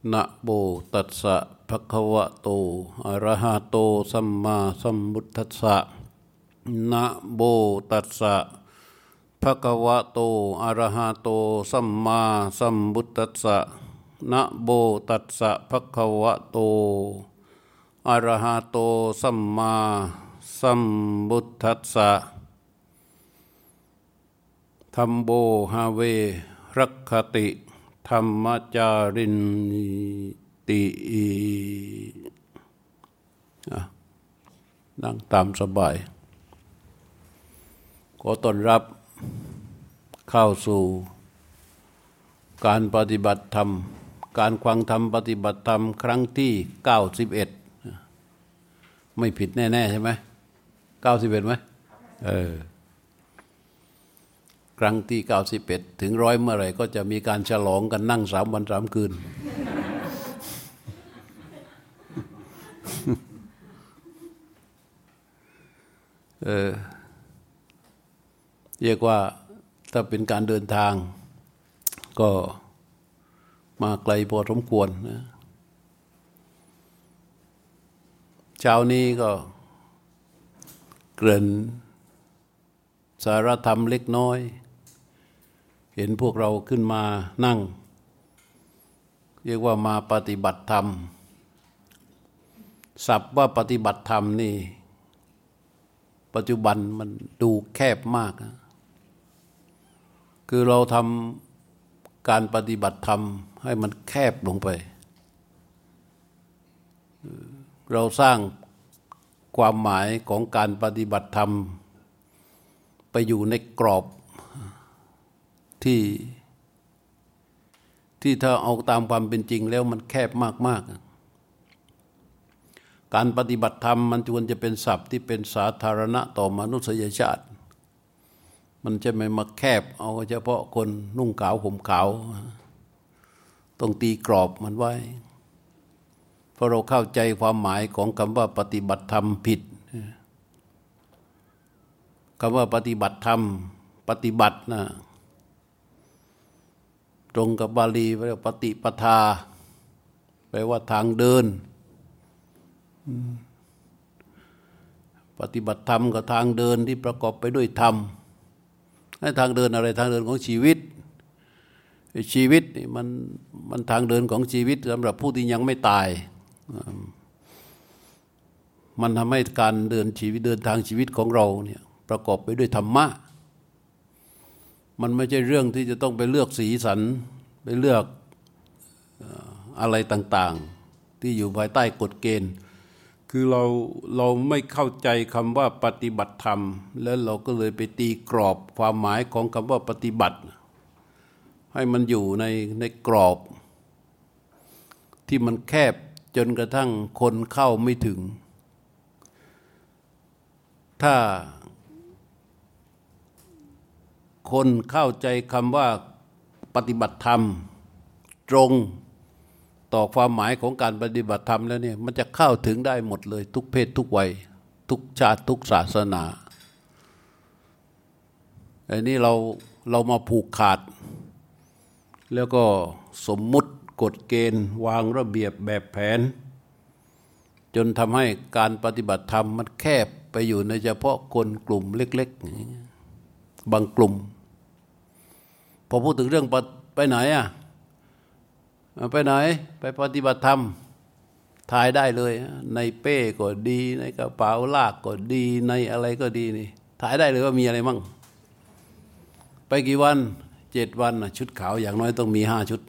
นะโมตัสสะภะคะวะโตอะระหะโตสัมมาสัมพุทธัสสะนะโมตัสสะภะคะวะโตอะระหะโตสัมมาสัมพุทธัสสะนะโมตัสสะภะคะวะโตอะระหะโตสัมมาสัมพุทธัสสะธัมโมหะเวรักขติธรรมจารินตินั่งตามสบายขอต้อนรับเข้าสู่การปฏิบัติธรรมการฟังธรรมปฏิบัติธรรมครั้งที่91ไม่ผิดแน่ๆใช่ไหม91ไหมครั้งที่91ถึง100เมื่อไหร่ก็จะมีการฉลองกันนั่ง3 วัน 3 คืนเรียกว่าถ้าเป็นการเดินทางก็มาไกลพอสมควรนะเช้านี้ก็เกริ่นสารธรรมเล็กน้อยเห็นพวกเราขึ้นมานั่งเรียกว่ามาปฏิบัติธรรมศัพท์ว่าปฏิบัติธรรมนี่ปัจจุบันมันดูแคบมากคือเราทำการปฏิบัติธรรมให้มันแคบลงไปเราสร้างความหมายของการปฏิบัติธรรมไปอยู่ในกรอบที่ถ้าเอาตามความเป็นจริงแล้วมันแคบมากๆการปฏิบัติธรรมมันควรจะเป็นศัพท์ที่เป็นสาธารณะต่อมนุษยชาติมันจะไม่มาแคบเอาเฉพาะคนนุ่งขาวห่มขาวต้องตีกรอบมันไว้เพราะเราเข้าใจความหมายของคำว่าปฏิบัติธรรมผิดคำว่าปฏิบัติธรรมปฏิบัตินะตรงกับบาลีแปลว่าปฏิปทาแปลว่าทางเดินปฏิบัติธรรมกับทางเดินที่ประกอบไปด้วยธรรมให้ทางเดินอะไรทางเดินของชีวิตชีวิตนี่มันทางเดินของชีวิตสำหรับผู้ที่ยังไม่ตายมันทำให้การเดินชีวิตเดินทางชีวิตของเราเนี่ยประกอบไปด้วยธรรมะมันไม่ใช่เรื่องที่จะต้องไปเลือกสีสันไปเลือกอะไรต่างๆที่อยู่ภายใต้กฎเกณฑ์คือเราไม่เข้าใจคำว่าปฏิบัติธรรมแล้วเราก็เลยไปตีกรอบความหมายของคำว่าปฏิบัติให้มันอยู่ในกรอบที่มันแคบจนกระทั่งคนเข้าไม่ถึงถ้าคนเข้าใจคำว่าปฏิบัติธรรมตรงต่อความหมายของการปฏิบัติธรรมแล้วเนี่ยมันจะเข้าถึงได้หมดเลยทุกเพศทุกวัยทุกชาติทุกศาสนาอันนี้เรามาผูกขาดแล้วก็สมมุติกฎเกณฑ์วางระเบียบแบบแผนจนทำให้การปฏิบัติธรรมมันแคบไปอยู่ในเฉพาะคนกลุ่มเล็กๆบางกลุ่มพอพูดถึงเรื่องไปไหนไปไหนไปปฏิบัติธรรมถ่ายได้เลยในเป้ก็ดีในกระเป๋าลากก็ดีในอะไรก็ดีนี่ถ่ายได้เลยว่ามีอะไรมั่งไปกี่วัน7 วันชุดขาวอย่างน้อยต้องมี5 ชุด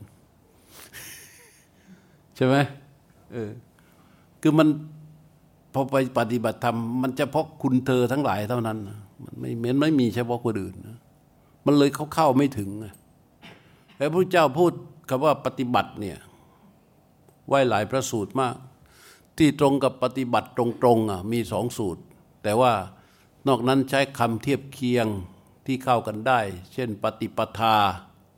ใช่ไหมคือมันพอไปปฏิบัติธรรมมันเฉพาะคุณเธอทั้งหลายเท่านั้นมันไม่มีเฉพาะคนอื่นมันเลยเข้าไม่ถึงแล้วพระเจ้าพูดคำว่าปฏิบัติเนี่ยไว้หลายพระสูตรมากที่ตรงกับปฏิบัติตรงๆมี2 สูตรแต่ว่านอกนั้นใช้คำเทียบเคียงที่เข้ากันได้เช่นปฏิปทา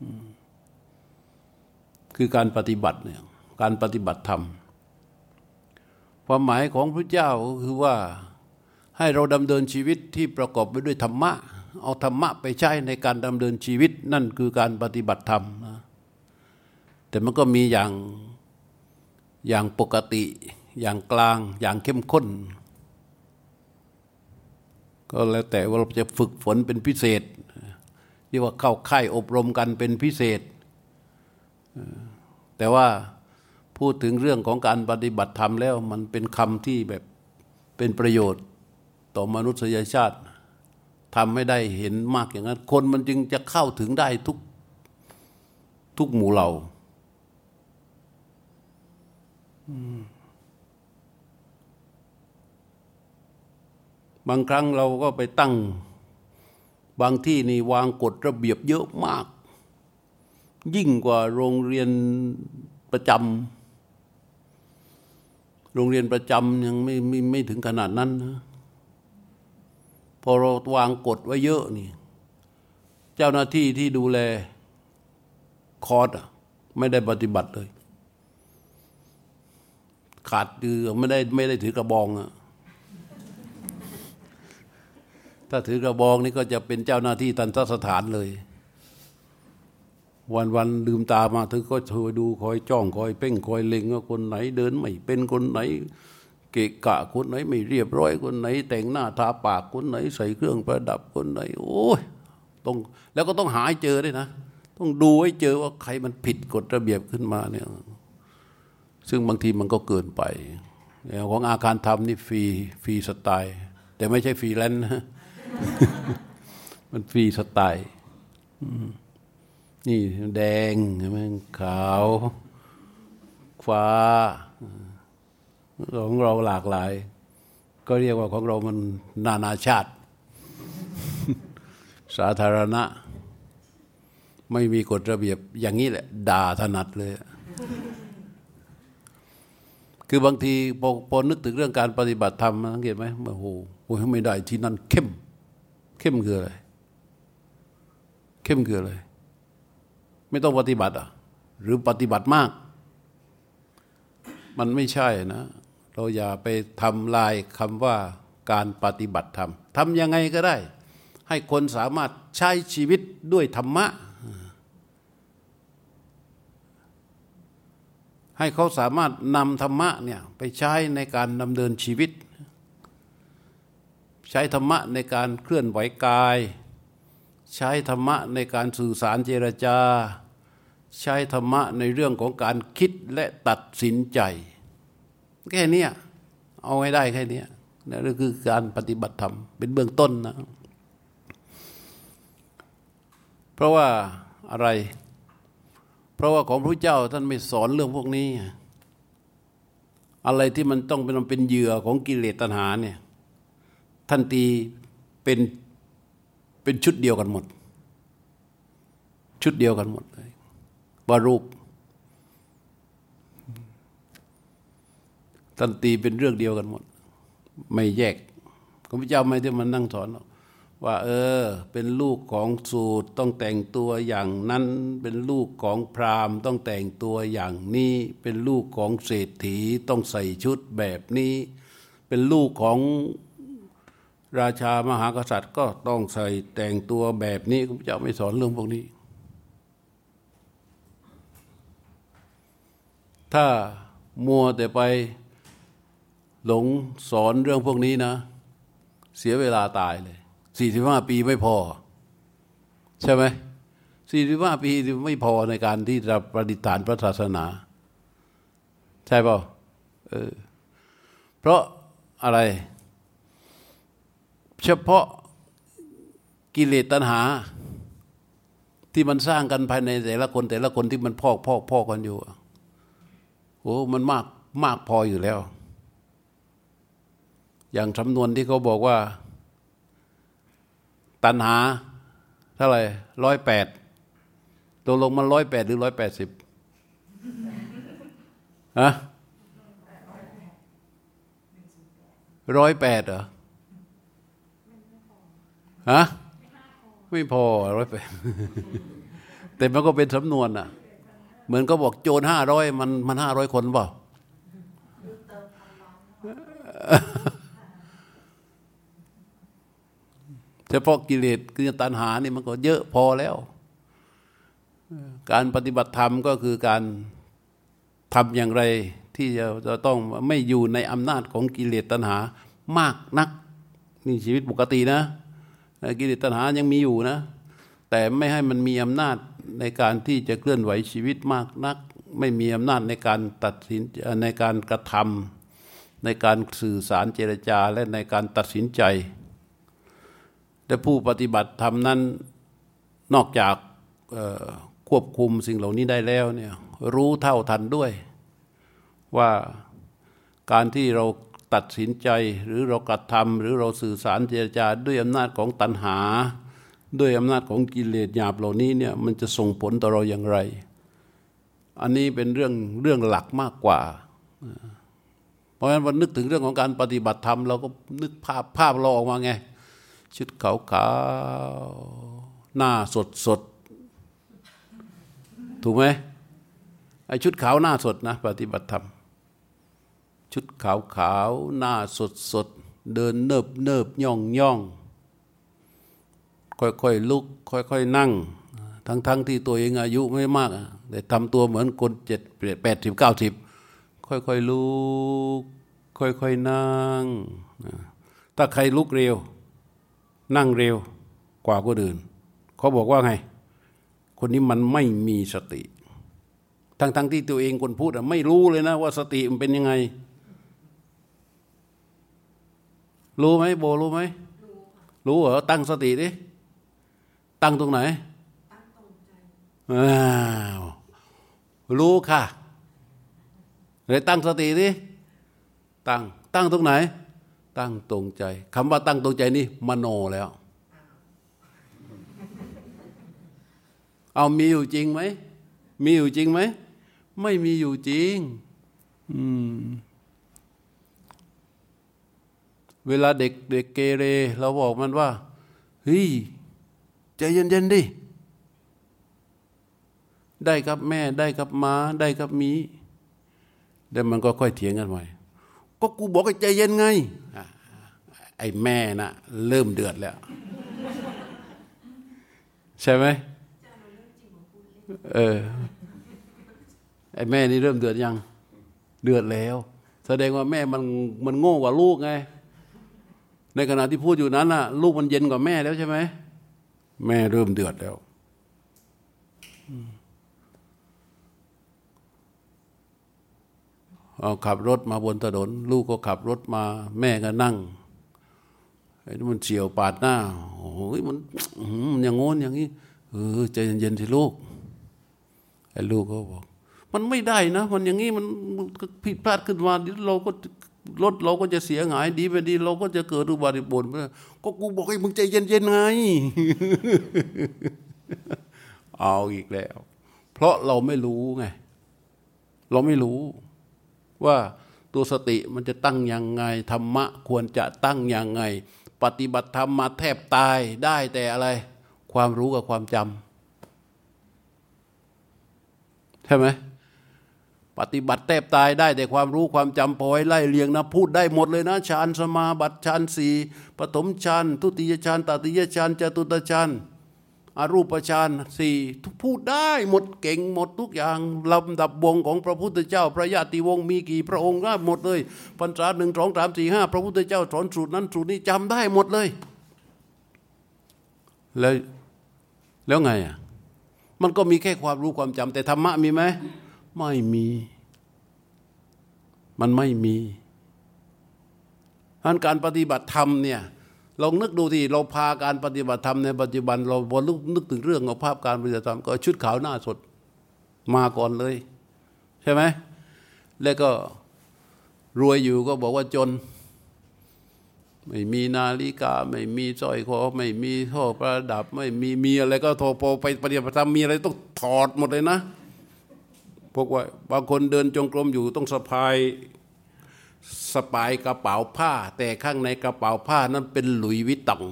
คือการปฏิบัติเนี่ยการปฏิบัติธรรมความหมายของพระเจ้าคือว่าให้เราดำเนินชีวิตที่ประกอบไปด้วยธรรมะเอาธรรมะไปใช้ในการดำเนินชีวิตนั่นคือการปฏิบัติธรรมนะแต่มันก็มีอย่างอย่างปกติอย่างกลางอย่างเข้มข้นก็แล้วแต่ว่าเราจะฝึกฝนเป็นพิเศษที่ว่าเข้าค่ายอบรมกันเป็นพิเศษแต่ว่าพูดถึงเรื่องของการปฏิบัติธรรมแล้วมันเป็นคำที่แบบเป็นประโยชน์ต่อมนุษยชาติทำให้ได้เห็นมากอย่างนั้นคนมันจึงจะเข้าถึงได้ทุกหมู่เหล่าบางครั้งเราก็ไปตั้งบางที่นี่วางกฎระเบียบเยอะมากยิ่งกว่าโรงเรียนประจำโรงเรียนประจำยังไม่ถึงขนาดนั้นนะพอเราวางกฎไว้เยอะนี่เจ้าหน้าที่ที่ดูแลคอร์สไม่ได้ปฏิบัติเลยขาดคือไม่ได้ถือกระบองอะถ้าถือกระบองนี่ก็จะเป็นเจ้าหน้าที่ทันตสถานเลยวันลืมตามาถึงก็คอยดูคอยจ้องคอยเพ่งคอยเล็งว่าคนไหนเดินไม่เป็นคนไหนเกะกะคนไหนไม่เรียบร้อยคนไหนแต่งหน้าทาปากคนไหนใส่เครื่องประดับคนไหนโอ้ยต้องแล้วก็ต้องหาให้เจอด้วยนะต้องดูให้เจอว่าใครมันผิดกฎระเบียบขึ้นมาเนี่ยซึ่งบางทีมันก็เกินไปอย่างของอาคารธรรมนี่ฟรีสไตล์แต่ไม่ใช่ฟรีแลนซ์นะมันฟรีสไตล์นี่แดงใช่ไหมขาวฟ้าของเราหลากหลายก็เรียกว่าของเรามันนานาชาติสาธารณะไม่มีกฎระเบียบอย่างนี้แหละด่าถนัดเลยคือบางทีพอนึกถึงเรื่องการปฏิบัติธรรมสังเกตไหมโอ้โหไม่ได้ที่นั่นเข้มคืออะไรเข้มคืออะไรไม่ต้องปฏิบัติหรือปฏิบัติมากมันไม่ใช่นะเราอย่าไปทำลายคำว่าการปฏิบัติธรรมทำยังไงก็ได้ให้คนสามารถใช้ชีวิตด้วยธรรมะให้เขาสามารถนำธรรมะเนี่ยไปใช้ในการดำเนินชีวิตใช้ธรรมะในการเคลื่อนไหวกายใช้ธรรมะในการสื่อสารเจรจาใช้ธรรมะในเรื่องของการคิดและตัดสินใจแค่นี้เอาให้ได้แค่นี้นั่นคือการปฏิบัติธรรมเป็นเบื้องต้นนะเพราะว่าอะไรเพราะว่าของพระเจ้าท่านไม่สอนเรื่องพวกนี้อะไรที่มันต้องเป็นเหยื่อของกิเลสตัณหาเนี่ยท่านตีเป็นชุดเดียวกันหมดชุดเดียวกันหมดเลยว่ารูปท่านตีเป็นเรื่องเดียวกันหมดไม่แยกพระพุทธเจ้าไม่ได้มานั่งสอนว่าเป็นลูกของสูตรต้องแต่งตัวอย่างนั้นเป็นลูกของพราหมณ์ต้องแต่งตัวอย่างนี้เป็นลูกของเศรษฐีต้องใส่ชุดแบบนี้เป็นลูกของราชามหากษัตริย์ก็ต้องใส่แต่งตัวแบบนี้พระพุทธเจ้าไม่สอนเรื่องพวกนี้ถ้ามัวแต่ไปหลงสอนเรื่องพวกนี้นะเสียเวลาตายเลย45 ปีไม่พอใช่ไหม45 ปีไม่พอในการที่จะประดิษฐานพระศาสนาใช่เปล่าเพราะอะไรเฉพาะกิเลสตัณหาที่มันสร้างกันภายในแต่ละคนที่มันพอกกันอยู่โอ้มันมากพออยู่แล้วอย่างสำนวนที่เขาบอกว่าตัณหาเท่าไหร่108ตกลงมัน108หรือ180ฮะ108เหรอฮะไม่พอ108แต่มันก็เป็นสำนวนเหมือนก็บอกโจร500มัน500 คนเปล่าเฉพาะกิเลสคือตัณหานี่มันก็เยอะพอแล้วการปฏิบัติธรรมก็คือการทำอย่างไรที่จะต้องไม่อยู่ในอำนาจของกิเลสตัณหามากนักนี่ชีวิตปกตินะกิเลสตัณหายังมีอยู่นะแต่ไม่ให้มันมีอำนาจในการที่จะเคลื่อนไหวชีวิตมากนักไม่มีอำนาจในการตัดสินในการกระทำในการสื่อสารเจรจาและในการตัดสินใจและผู้ปฏิบัติธรรมนั้นนอกจากควบคุมสิ่งเหล่านี้ได้แล้วเนี่ยรู้เท่าทันด้วยว่าการที่เราตัดสินใจหรือเรากระทำหรือเราสื่อสารเจรจาด้วยอำนาจของตัณหาด้วยอำนาจของกิเลสหยาบเหล่านี้เนี่ยมันจะส่งผลต่อเราอย่างไรอันนี้เป็นเรื่องหลักมากกว่าเพราะฉะนั้นวันนึกถึงเรื่องของการปฏิบัติธรรมเราก็นึกภาพเราออกมาไงชุดขาวๆหน้าสดถูกไหมไอ้ชุดขาวหน้าสดนะปฏิบัติธรรมชุดขาวหน้าสดเดินเนิบย่องค่อยๆลุกค่อยๆนั่งทั้งที่ตัวเองอายุไม่มากแต่ทำตัวเหมือนคน80 90ค่อยๆลุกค่อยๆนั่งถ้าใครลุกเร็วนั่งเร็วกว่าคนอื่นเขาบอกว่าไงคนนี้มันไม่มีสติทั้งที่ตัวเองคนพูดไม่รู้เลยนะว่าสติมันเป็นยังไงรู้ไหมโบรู้ไหมรู้เหรอตั้งสติดิตั้งตรงไหนตั้งตรงใจรู้ค่ะเลยตั้งสติดิตั้งตรงไหนตั้งตรงใจคำว่าตั้งตรงใจนี่มโนแล้วเอามีอยู่จริงไหมมีอยู่จริงไหมไม่มีอยู่จริงเวลาเด็กเกเรเราบอกมันว่าเฮ้ยใจเย็นๆดิได้ครับแม่ได้ครับม้าได้ครับมีแต่มันก็ค่อยเถียงกันใหม่ก็กูบอกให้ใจเย็นไงไอ้แม่น่ะเริ่มเดือดแล้วใช่ไหมไอ้แม่นี่เริ่มเดือดยังเดือดแล้วแสดงว่าแม่มันโง่กว่าลูกไงในขณะที่พูดอยู่นั้นน่ะลูกมันเย็นกว่าแม่แล้วใช่ไหมแม่เริ่มเดือดแล้วเอาขับรถมาบนถนนลูกก็ขับรถมาแม่ก็นั่งไอ้นี่มันเฉี่ยวปาดหน้าโอ้ยมันอย่างโน้นอย่างนี้ใจเย็นๆสิลูกไอ้ลูกก็บอกมันไม่ได้นะมันอย่างนี้มันผิดพลาดขึ้นมาเราก็รถเราก็จะเสียหายดีไปดีเราก็จะเกิดอุบัติเหตุก็กูบอกให้มึงใจเย็นๆไง เอาอีกแล้วเพราะเราไม่รู้ไงเราไม่รู้ว่าตัวสติมันจะตั้งยังไงธรรมะควรจะตั้งยังไงปฏิบัติธรรมมาแทบตายได้แต่อะไรความรู้กับความจำใช่ไหมปฏิบัติแทบตายได้แต่ความรู้ความจำพอให้ไล่เรียงนะพูดได้หมดเลยนะฌานสมาบัติฌานสี่ปฐมฌานทุติยฌานตติยฌานจตุตฌานอรูปฌานสี่พูดได้หมดเก่งหมดทุกอย่างลำดับวงของพระพุทธเจ้าพระญาติวงศ์มีกี่พระองค์ได้หมดเลยพรรษา1 2 3 4 5พระพุทธเจ้าสอนสูตรนั้นสูตรนี้จำได้หมดเลยแล้วไงอ่ะมันก็มีแค่ความรู้ความจำแต่ธรรมะมีไหมไม่มีมันไม่มีการปฏิบัติธรรมเนี่ยลองนึกดูที่เราพาการปฏิบัติธรรมในปัจจุบันเราพอนึกถึงเรื่องของภาพการปฏิบัติธรรมก็ชุดขาวหน้าสดมาก่อนเลยใช่ไหมแล้วก็รวยอยู่ก็บอกว่าจนไม่มีนาฬิกาไม่มีสร้อยคอไม่มีท่อประดับไม่มีอะไรก็โทรพอไปปฏิบัติธรรมมีอะไรต้องถอดหมดเลยนะพวกว่าบางคนเดินจงกรมอยู่ต้องสะพายกระเป๋าผ้าแต่ข้างในกระเป๋าผ้านั้นเป็นหลุยส์วิตตอง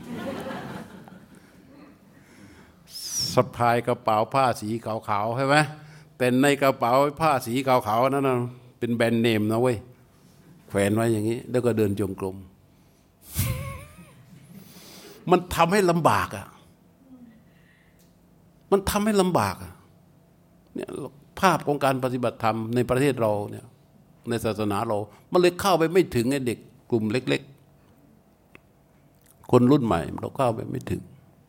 สะพายกระเป๋าผ้าสีขาวๆใช่ไหมแต่ในกระเป๋าผ้าสีขาวๆนั้นเป็นแบรนด์เนมนะเว้ยแขวนไว้อย่างนี้แล้วก็เดินจงกรม มันทำให้ลำบากอ่ะมันทำให้ลำบากอ่ะเนี่ยภาพของการปฏิบัติธรรมในประเทศเราเนี่ยในศาสนาเรามันเลยเข้าไปไม่ถึงไอ้เด็กกลุ่มเล็กๆคนรุ่นใหม่เราเข้าไปไม่ถึง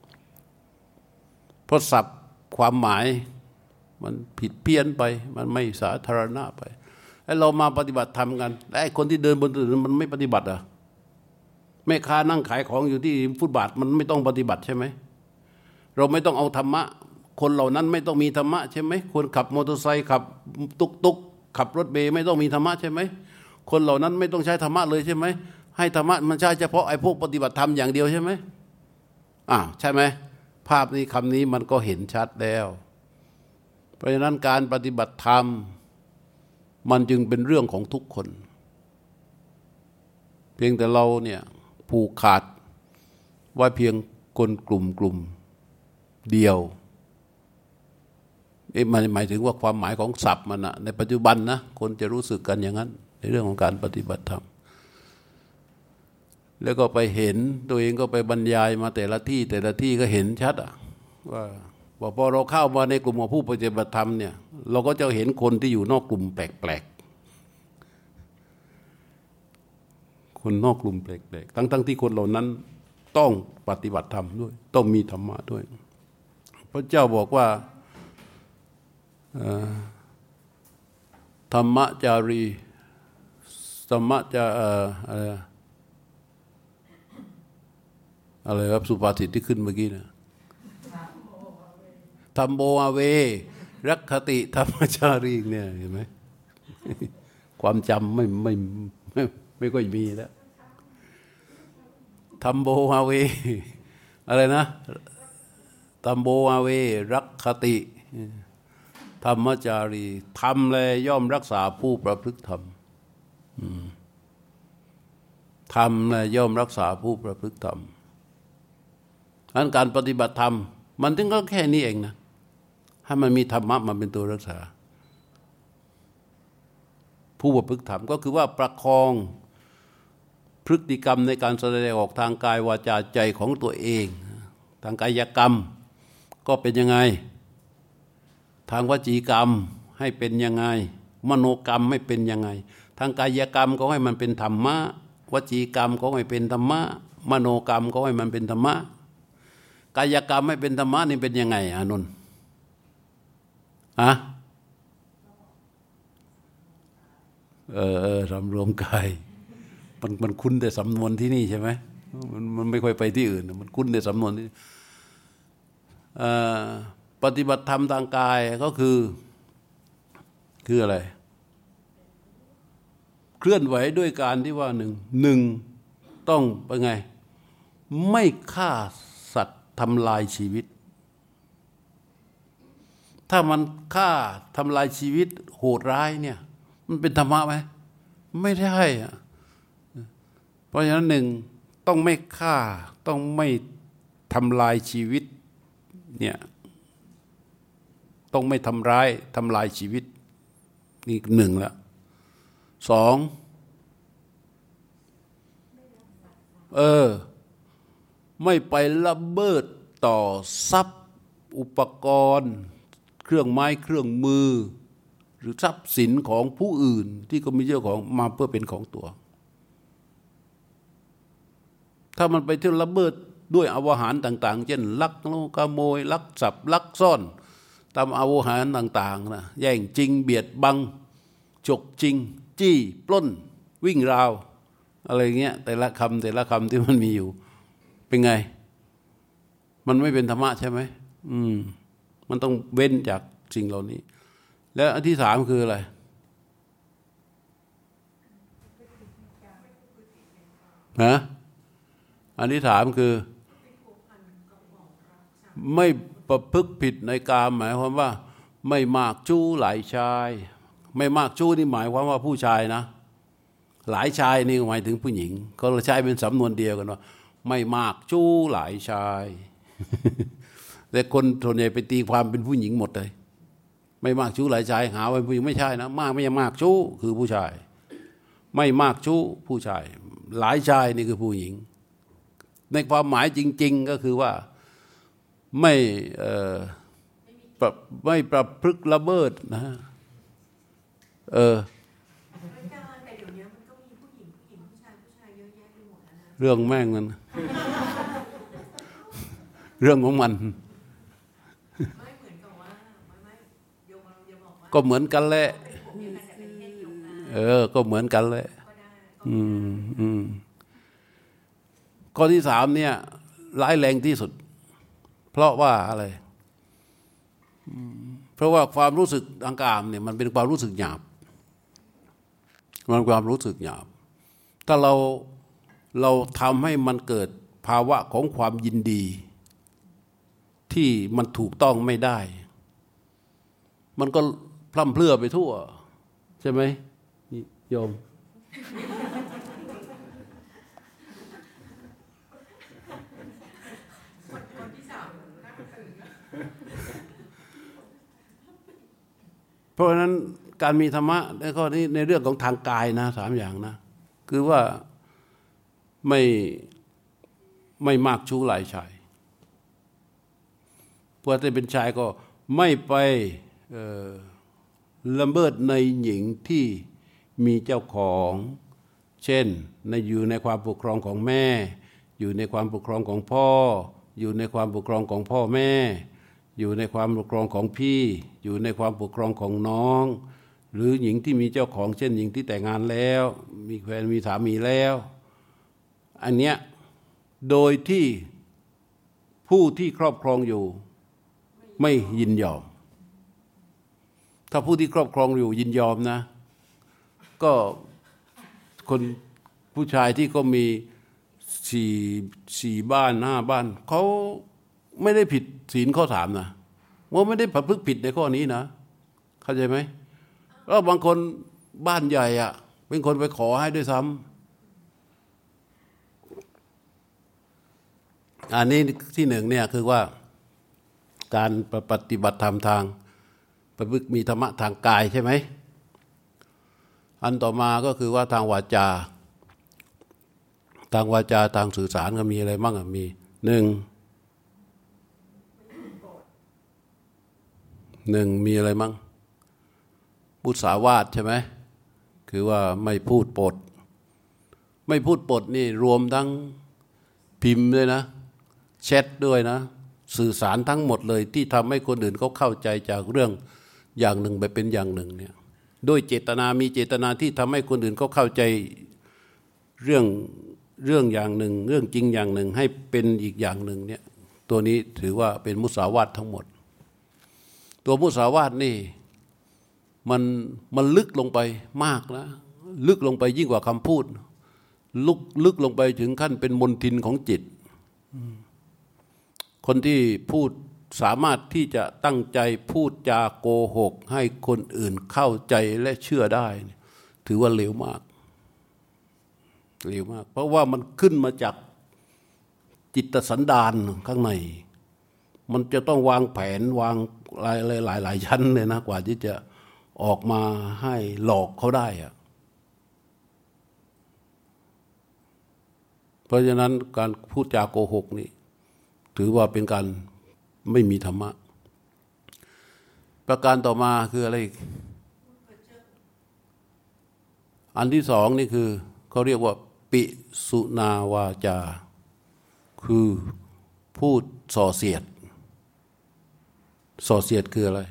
เพราะศัพท์ความหมายมันผิดเพี้ยนไปมันไม่สาธารณะไปไอ้เรามาปฏิบัติธรรมกันไอ้คนที่เดินบนถนนมันไม่ปฏิบัติอ่ะแม่ค้านั่งขายของอยู่ที่ฟุตบาทมันไม่ต้องปฏิบัติใช่ไหมเราไม่ต้องเอาธรรมะคนเหล่านั้นไม่ต้องมีธรรมะใช่ไหมคนขับมอเตอร์ไซค์ขับตุกขับรถเบย์ไม่ต้องมีธรรมะใช่ไหมคนเหล่านั้นไม่ต้องใช้ธรรมะเลยใช่ไหมให้ธรรมะมันใช้เฉพาะไอ้พวกปฏิบัติธรรมอย่างเดียวใช่ไหมใช่ไหมภาพนี้คำนี้มันก็เห็นชัดแล้วเพราะฉะนั้นการปฏิบัติธรรมมันจึงเป็นเรื่องของทุกคนเพียงแต่เราเนี่ยผูกขาดไว้เพียงคนกลุ่มเดียวมันหมายถึงว่าความหมายของศัพท์มันนะในปัจจุบันนะคนจะรู้สึกกันอย่างนั้นในเรื่องของการปฏิบัติธรรมแล้วก็ไปเห็นตัวเองก็ไปบรรยายมาแต่ละที่ก็เห็นชัดว่าพอเราเข้ามาในกลุ่มของผู้ปฏิบัติธรรมเนี่ยเราก็จะเห็นคนที่อยู่นอกกลุ่มแปลกๆคนนอกกลุ่มแปลกๆทั้งที่คนเหล่านั้นต้องปฏิบัติธรรมด้วยต้องมีธรรมะด้วยพระเจ้าบอกว่าธรรมจารีธรรมจะอะไรครับสุภาษิตที่ขึ้นเมื่อกี้นะธรรมโมอเวรักขติธรรมจารีเนี่ยเห็นไหมความจำไม่ค่อยมีแล้วธรรมโมอเวอะไรนะธรรมโมอเวรักขติธรรมจารีธรรมแลย่อมรักษาผู้ประพฤติธรรมธรรมแลย่อมรักษาผู้ประพฤติธรรมอันการปฏิบัติธรรมมันถึงก็แค่นี้เองนะให้มันมีธรรมะมันเป็นตัวรักษาผู้ประพฤติธรรมก็คือว่าประคองพฤติกรรมในการแสดงออกทางกายวาจาใจของตัวเองทางกายกรรมก็เป็นยังไงทางวจีกรรมให้เป็นยังไงมโนกรรมให้เป็นยังไงทางกายกรรมก็ให้มันเป็นธรรมะวจีกรรมก็ให้เป็นธรรมะมโนกรรมก็ให้มันเป็นธรรมะกายกรรมให้เป็นธรรมะนี่เป็นยังไงอานนท์สำรวมกายมันคุ้นแต่สำนวนที่นี่ใช่ไหมมันไม่ค่อยไปที่อื่นมันคุ้นแต่สำนวนที่ปฏิบัติธรรมทางกายก็คืออะไรเคลื่อนไหวด้วยการที่ว่าหนึ่งต้องเป็นไงไม่ฆ่าสัตว์ทำลายชีวิตถ้ามันฆ่าทำลายชีวิตโหดร้ายเนี่ยมันเป็นธรรมะไหมไม่ได้เพราะฉะนั้นหนึ่งต้องไม่ฆ่าต้องไม่ทำลายชีวิตเนี่ยต้องไม่ทำลายชีวิตนี่หนึ่งละสองไม่ไปละเมิดต่อทรัพย์อุปกรณ์เครื่องไม้เครื่องมือหรือทรัพย์สินของผู้อื่นที่เขามีเจ้าของมาเพื่อเป็นของตัวถ้ามันไปเที่ยวละเมิดด้วยอาวุธต่างๆเช่นลักขโมยลักทรัพย์ลักซ่อนตามอาวุธต่างๆนะแย่งจริงเบียดบังฉกจริงจี้ปล้นวิ่งราวอะไรเงี้ยแต่ละคำที่มันมีอยู่เป็นไงมันไม่เป็นธรรมะใช่ไหมมันต้องเว้นจากสิ่งเหล่านี้แล้วอันที่สามคืออะไรอันที่สามคือไม่ประพฤติผิดในกามหมายความว่าไม่มากจู้หลายชายไม่มากจู้นี่หมายความว่าผู้ชายนะหลายชายนี่หมายถึงผู้หญิงเขาใช้เป็นสำนวนเดียวกันว่าไม่มากจู้หลายชาย แต่คนส่วนใหญ่ไปตีความเป็นผู้หญิงหมดเลยไม่มากจู้หลายชายหาว่าผู้หญิงไม่ใช่นะมากไม่ใช่มากจู้คือผู้ชายไม่มากจู้ผู้ชายหลายชายนี่คือผู้หญิงในความหมายจริงๆก็คือว่าไม่ประพฤติละเมิดนะเรื่องแม่งมันเรื่องของมันก็เหมือนกันแหละก็เหมือนกันแหละข้อที่สามเนี่ยร้ายแรงที่สุดเพราะว่าอะไรเพราะว่าความรู้สึกดังกล่าวเนี่ยมันเป็นความรู้สึกหยาบมันความรู้สึกหยาบถ้าเราทำให้มันเกิดภาวะของความยินดีที่มันถูกต้องไม่ได้มันก็พร่ำเพรื่อไปทั่วใช่ไหมโยมเพราะฉะนั้นการมีธรรมะในข้อนี้ในเรื่องของทางกายนะสามอย่างนะคือว่าไม่มากชู้หลายชายเพราะถ้าเป็นชายก็ไม่ไปละเมิดในหญิงที่มีเจ้าของเช่นอยู่ในความปกครองของแม่อยู่ในความปกครองของพ่ออยู่ในความปกครองของพ่อแม่อยู่ในความปกครองของพี่อยู่ในความปกครองของน้องหรือหญิงที่มีเจ้าของเช่นหญิงที่แต่งงานแล้วมีแฟนมีสามีแล้วอันเนี้ยโดยที่ผู้ที่ครอบครองอยู่ไม่ยินยอมถ้าผู้ที่ครอบครองอยู่ยินยอมนะก็คนผู้ชายที่ก็มีสี่บ้าน5 บ้านเขาไม่ได้ผิดศีลข้อ3นะว่าไม่ได้ประพฤติผิดในข้อนี้นะเข้าใจไหมแล้วบางคนบ้านใหญ่อ่ะเป็นคนไปขอให้ด้วยซ้ำอันนี้ที่หนึ่งเนี่ยคือว่าการปฏิบัติธรรมทางประพฤติมีธรรมะทางกายใช่ไหมอันต่อมาก็คือว่าทางวาจาทางสื่อสารก็มีอะไรบ้างมีหนึ่งมีอะไรบ้างมุสาวาทใช่ไหมคือว่าไม่พูดปดนี่รวมทั้งพิมพ์ด้วยนะแชทด้วยนะสื่อสารทั้งหมดเลยที่ทำให้คนอื่นเขาเข้าใจจากเรื่องอย่างหนึ่งไปเป็นอย่างหนึ่งเนี่ยด้วยเจตนามีเจตนาที่ทำให้คนอื่นเขาเข้าใจเรื่องอย่างหนึ่งเรื่องจริงอย่างหนึ่งให้เป็นอีกอย่างหนึ่งเนี่ยตัวนี้ถือว่าเป็นมุสาวาททั้งหมดตัวมุสาวาทนี่มันลึกลงไปมากนะลึกลงไปยิ่งกว่าคำพูดลึกลงไปถึงขั้นเป็นมลทินของจิตคนที่พูดสามารถที่จะตั้งใจพูดจาโกหกให้คนอื่นเข้าใจและเชื่อได้ถือว่าเลวมากเพราะว่ามันขึ้นมาจากจิตสันดานข้างในมันจะต้องวางแผนวางหลายชั้นเลยนะกว่าที่จะออกมาให้หลอกเขาได้อะเพราะฉะนั้นการพูดจาโกหกนี่ถือว่าเป็นการไม่มีธรรมะประการต่อมาคืออะไรอีกอันที่สองนี่คือเขาเรียกว่าปิสุนาวาจาคือพูดส่อเสียดคืออะไร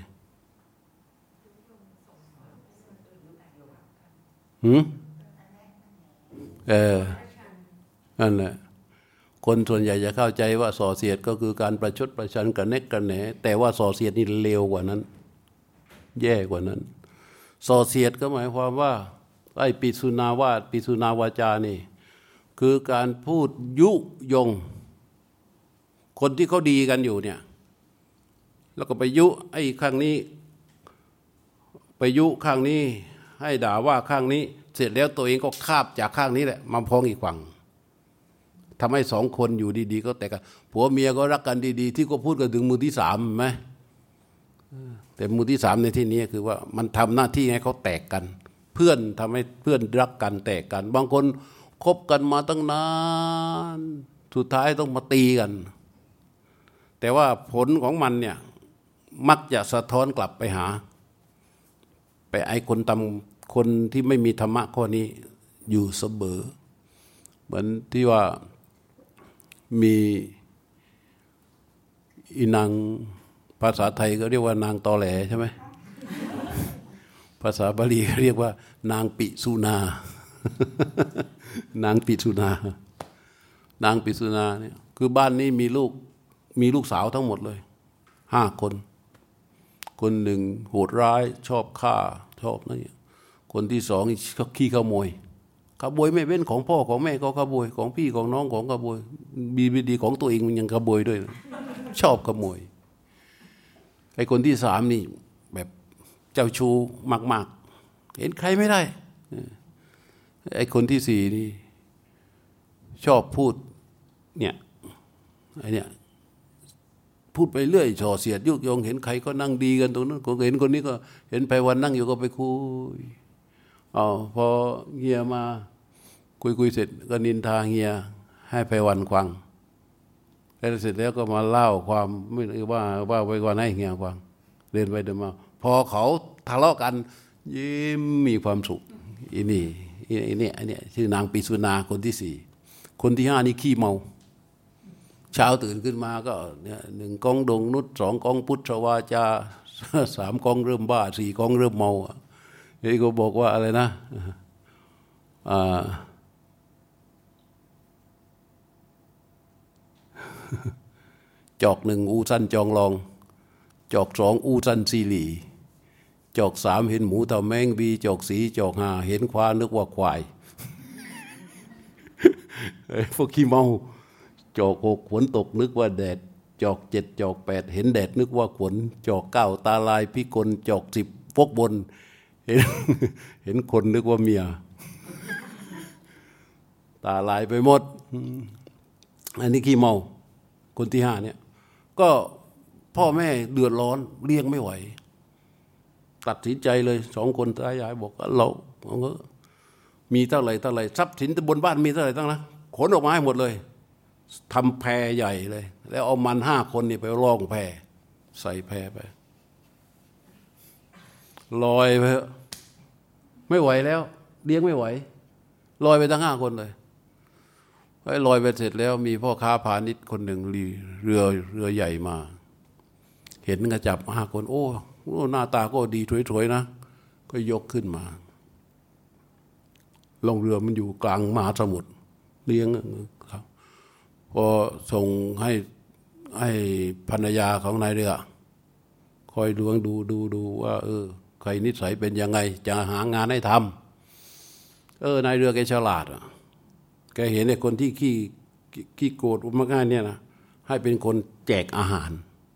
นั่นแหละคนส่วนใหญ่จะเข้าใจว่าส่อเสียดก็คือการประชดประชันกันเน็กกันแหนแต่ว่าส่อเสียดนี่เลวกว่านั้นแย่กว่านั้นส่อเสียดก็หมายความว่าไอ้ปิสุนาวาจานี่คือการพูดยุยงคนที่เขาดีกันอยู่เนี่ยแล้วก็ไปยุไอ้ข้างนี้ไปยุข้างนี้ให้ด่าว่าข้างนี้เสร็จแล้วตัวเองก็คาบจากข้างนี้แหละมาพ้องอีกฝั่งทำให้2 คนอยู่ดีๆก็แต่กันผัวเมียก็รักกันดีๆที่ก็พูดกันถึงมือที่3ไหมแต่มือที่3ในที่นี้คือว่ามันทำหน้าที่ให้เขาแตกกันเพื่อนทำให้เพื่อนรักกันแตกกันบางคนคบกันมาตั้งนานสุดท้ายต้องมาตีกันแต่ว่าผลของมันเนี่ยมักจะสะท้อนกลับไปหาไปไอ้คนที่ไม่มีธรรมะข้อนี้อยู่เสมอเหมือนที่ว่ามีอีนางภาษาไทยก็เรียกว่านางตอแหลใช่ไหมภาษาบาลีเรียกว่านางปิสุนา นางปิสุนา นางปิสุนาเนี่ยคือบ้านนี้มีลูกสาวทั้งหมดเลย5 คนคนหนึ่งโหดร้ายชอบฆ่าชอบนั่นเนี่ยคนที่2ขี้ขโมยไม่เว้นของพ่อของแม่ก็ขโมยของพี่ของน้องของขโมยดีของตัวเองมันยังขโมยด้วยชอบขโมยไอ้คนที่3นี่แบบเจ้าชู้มากๆเห็นใครไม่ได้ไอ้คนที่4นี่ชอบพูดเนี่ยไอ้เนี่ยพูดไปเรื่อยส่อเสียดยุยงเห็นใครก็นั่งดีกันตรงนั้นก็เห็นคนนี้ก็เห็นไปวันนั่งอยู่ก็ไปคุยพอเฮียมาคุยเสร็จก็นินทาเฮียให้ไปวันควังแล้วเสร็จแล้วก็มาเล่าความไม่ว่าไปวันให้เฮียฟังเดินไปเดินมาพอเขาทะเลาะกันยิ้มมีความสุขอันนี้ชื่อนางปิสุนาคนที่4คนที่5นี่ขี้เมาเช้าตื่นขึ้นมาก็เนี่ย1 กองดงนุช2 กองพุทธวาจา3 กองเริ่มบ้า4 กองเริ่มเมานี่ก็บอกว่าอะไรนะจอก1อูสั้นจองลองจอก2อูสั้นซีหลีจอก3เห็นหมูเต่าแมงบีจอก4จอก5เห็นควายนึกว่าควายพวกขี้เมาจอก6ฝนตกนึกว่าแดดจอก7จอก8เห็นแดดนึกว่าฝนจอก9ตาลายพิกลจอก10พกบนเห็นคนนึกว่าเมียตาลายไปหมดอันนี้ขี้เมาคนที่5เนี่ยก็พ่อแม่เดือดร้อนเลี้ยงไม่ไหวตัดสินใจเลย2 คนตายายบอกเรามีเท่าไหร่ทรัพย์สินบนบ้านมีเท่าไหร่ตั้งนะขนออกมาให้หมดเลยทำแพใหญ่เลยแล้วเอามัน5 คนนี่ไปล่องแพใส่แพไปลอยไปไม่ไหวแล้วเลี้ยงไม่ไหวลอยไปทั้ง5 คนเลยไอ้ลอยไปเสร็จแล้วมีพ่อค้าพาณิชย์คนหนึ่งเรือใหญ่มาเห็นกระจับ5 คนโอ้หน้าตาก็ดีสวยๆนะก็ยกขึ้นมาลงเรือมันอยู่กลางมหาสมุทรเลี้ยงครับพอส่งให้ภรรยาของนายเรือคอยดูว่าใครนิสัยเป็นยังไงจะหางานให้ทำนายเรือแกฉลาดแกเห็นไอ้คนที่ขี้โกรธมากง่ายเนี่ยนะให้เป็นคนแจกอาหาร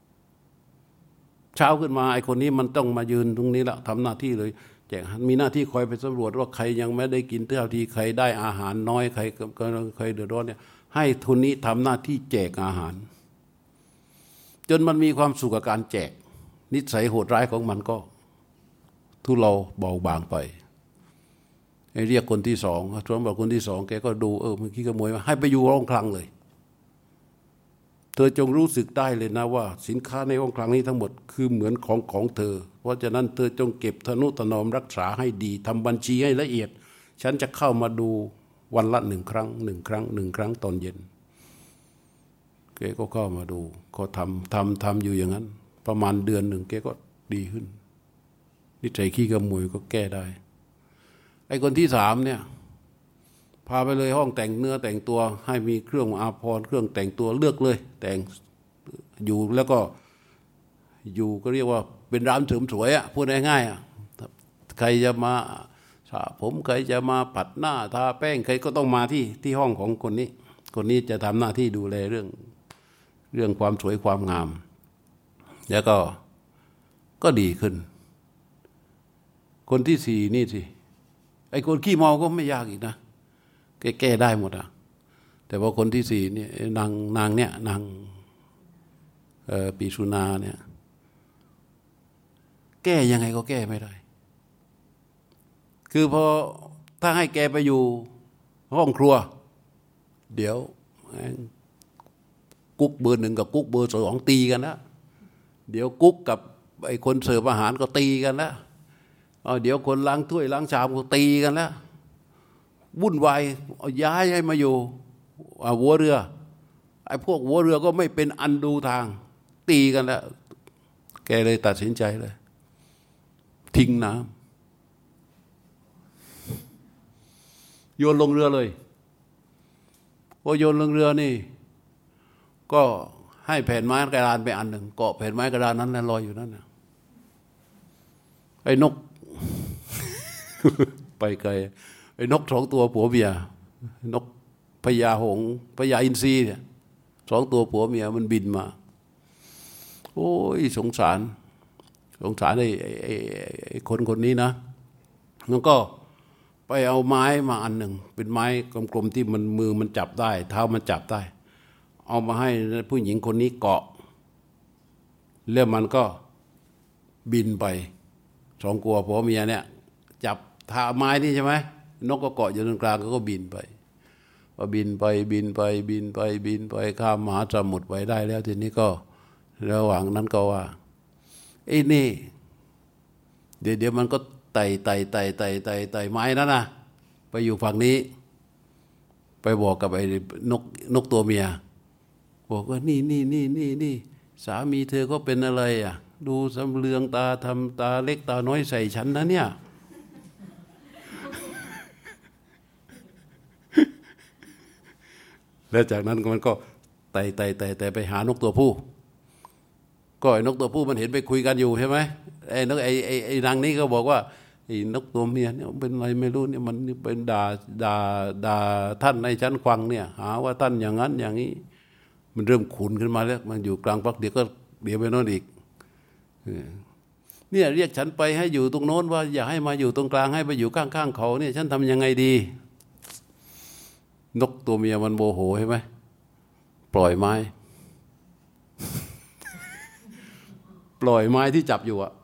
เช้าขึ้นมาไอ้คนนี้มันต้องมายืนตรงนี้ละทำหน้าที่เลยแจกมีหน้าที่คอยไปสำรวจว่าใครยังไม่ได้กินเท่าที่ใครได้อาหารน้อยใครเดือดร้อนเนี่ยให้ทุนนี้ทำหน้าที่แจกอาหารจนมันมีความสุขกับการแจกนิสัยโหดร้ายของมันก็ทุเลาเบาบางไปเรียกคนที่2ชวนบอกคนที่2แกก็ดูเมื่อกี้ขโมยมาให้ไปอยู่ห้องคลังเลยเธอจงรู้สึกได้เลยนะว่าสินค้าในห้องคลังนี้ทั้งหมดคือเหมือนของเธอเพราะฉะนั้นเธอจงเก็บทนุถนอมรักษาให้ดีทำบัญชีให้ละเอียดฉันจะเข้ามาดูวันละ1 ครั้งตอนเย็นแกก็เข้ามาดูก็ทำอยู่อย่างนั้นประมาณเดือน1แกก็ดีขึ้นนิสัยขี้ขโมยก็แก้ได้ไอ้คนที่3เนี่ยพาไปเลยห้องแต่งเนื้อแต่งตัวให้มีเครื่องอาภรณ์เครื่องแต่งตัวเลือกเลยแต่งอยู่แล้วก็อยู่ก็เรียกว่าเป็นร้านเสริมสวยพูดง่ายๆใครจะมาสระผมใครจะมาปัดหน้าทาแป้งใครก็ต้องมาที่ห้องของคนนี้จะทำหน้าที่ดูแลเรื่องความสวยความงามแล้วก็ดีขึ้นคนที่4นี่สิไอ้คนขี้เมาก็ไม่ยากอีกนะแก้ได้หมดแต่ว่าคนที่4เนี่ยนางเนี่ยนางปิสุนาเนี่ยแก้ยังไงก็แก้ไม่ได้คือพอถ้าให้แกไปอยู่ห้องครัวเดี๋ยวกุ๊กเบอร์1กับกุ๊กเบอร์2ตีกันแล้วเดี๋ยวกุ๊กกับไอ้คนเสิร์ฟอาหารก็ตีกันแล้วเดี๋ยวคนล้างถ้วยล้างชามก็ตีกันแล้ววุ่นวายย้ายให้มาอยู่หัวเรือไอ้พวกหัวเรือก็ไม่เป็นอันดูทางตีกันแล้วแกเลยตัดสินใจเลยทิ้งน้ำโยนลงเรือเลยพอโยนลงเรือนี่ก็ให้แผ่นไม้กระดานไปอันหนึ่งเกาะแผ่นไม้กระดานนั้นแล้วลอยอยู่นั่นนะไอ้นก ไปไกลไอ้นกสองตัวผัวเมียนกพญาหงส์พญาอินทรีเนี่ยสองตัวผัวเมียมันบินมาโอ้ยสงสารไอ้คนนี้นะมันก็ไปเอาไม้มาอันหนึ่งเป็นไม้กลมๆที่มันมือมันจับได้เท้ามันจับได้เอามาให้ผู้หญิงคนนี้เกาะแล้วมันก็บินไปสองตัวผัวเมียเนี่ยจับท่าไม้นี่ใช่ไหมนกก็เกาะอยู่ตรงกลางก็บินไปพอบินไปข้ามมหาสมุทรไปได้แล้วทีนี้ก็ระหว่างนั้นก็ว่าไอ้นี่เดี๋ยวมันก็ไต่ไม้นั่นนะไปอยู่ฝั่งนี้ไปบอกกับไอ้นกตัวเมียบอกว่านี่สามีเธอก็เป็นอะไรอ่ะดูสำเลืองตาทำตาเล็กตาน้อยใส่ฉันนะเนี่ยแล้วจากนั้นมันก็ไต่ไปหานกตัวผู้ก็ไอ้นกตัวผู้มันเห็นไปคุยกันอยู่ใช่ไหมไอ้นกไอ้นางนี้ก็บอกว่าไอ้นกตัวเมียเนี่ยเป็นอะไรไม่รู้เนี่ยมันเป็นด่าท่านในชั้นควังเนี่ยหาว่าท่านอย่างนั้นอย่างนี้มันเริ่มขุนขึ้นมาแล้วมันอยู่กลางพักเดี๋ยวไปโน่นอีกเนี่ยเรียกฉันไปให้อยู่ตรงโน้นว่าอย่าให้มาอยู่ตรงกลางให้ไปอยู่ข้างๆเขาเนี่ยฉันทำยังไงดีนกตัวเมียมันโมโหใช่ไหมปล่อยไม้ ปล่อยไม้ที่จับอยู่อะ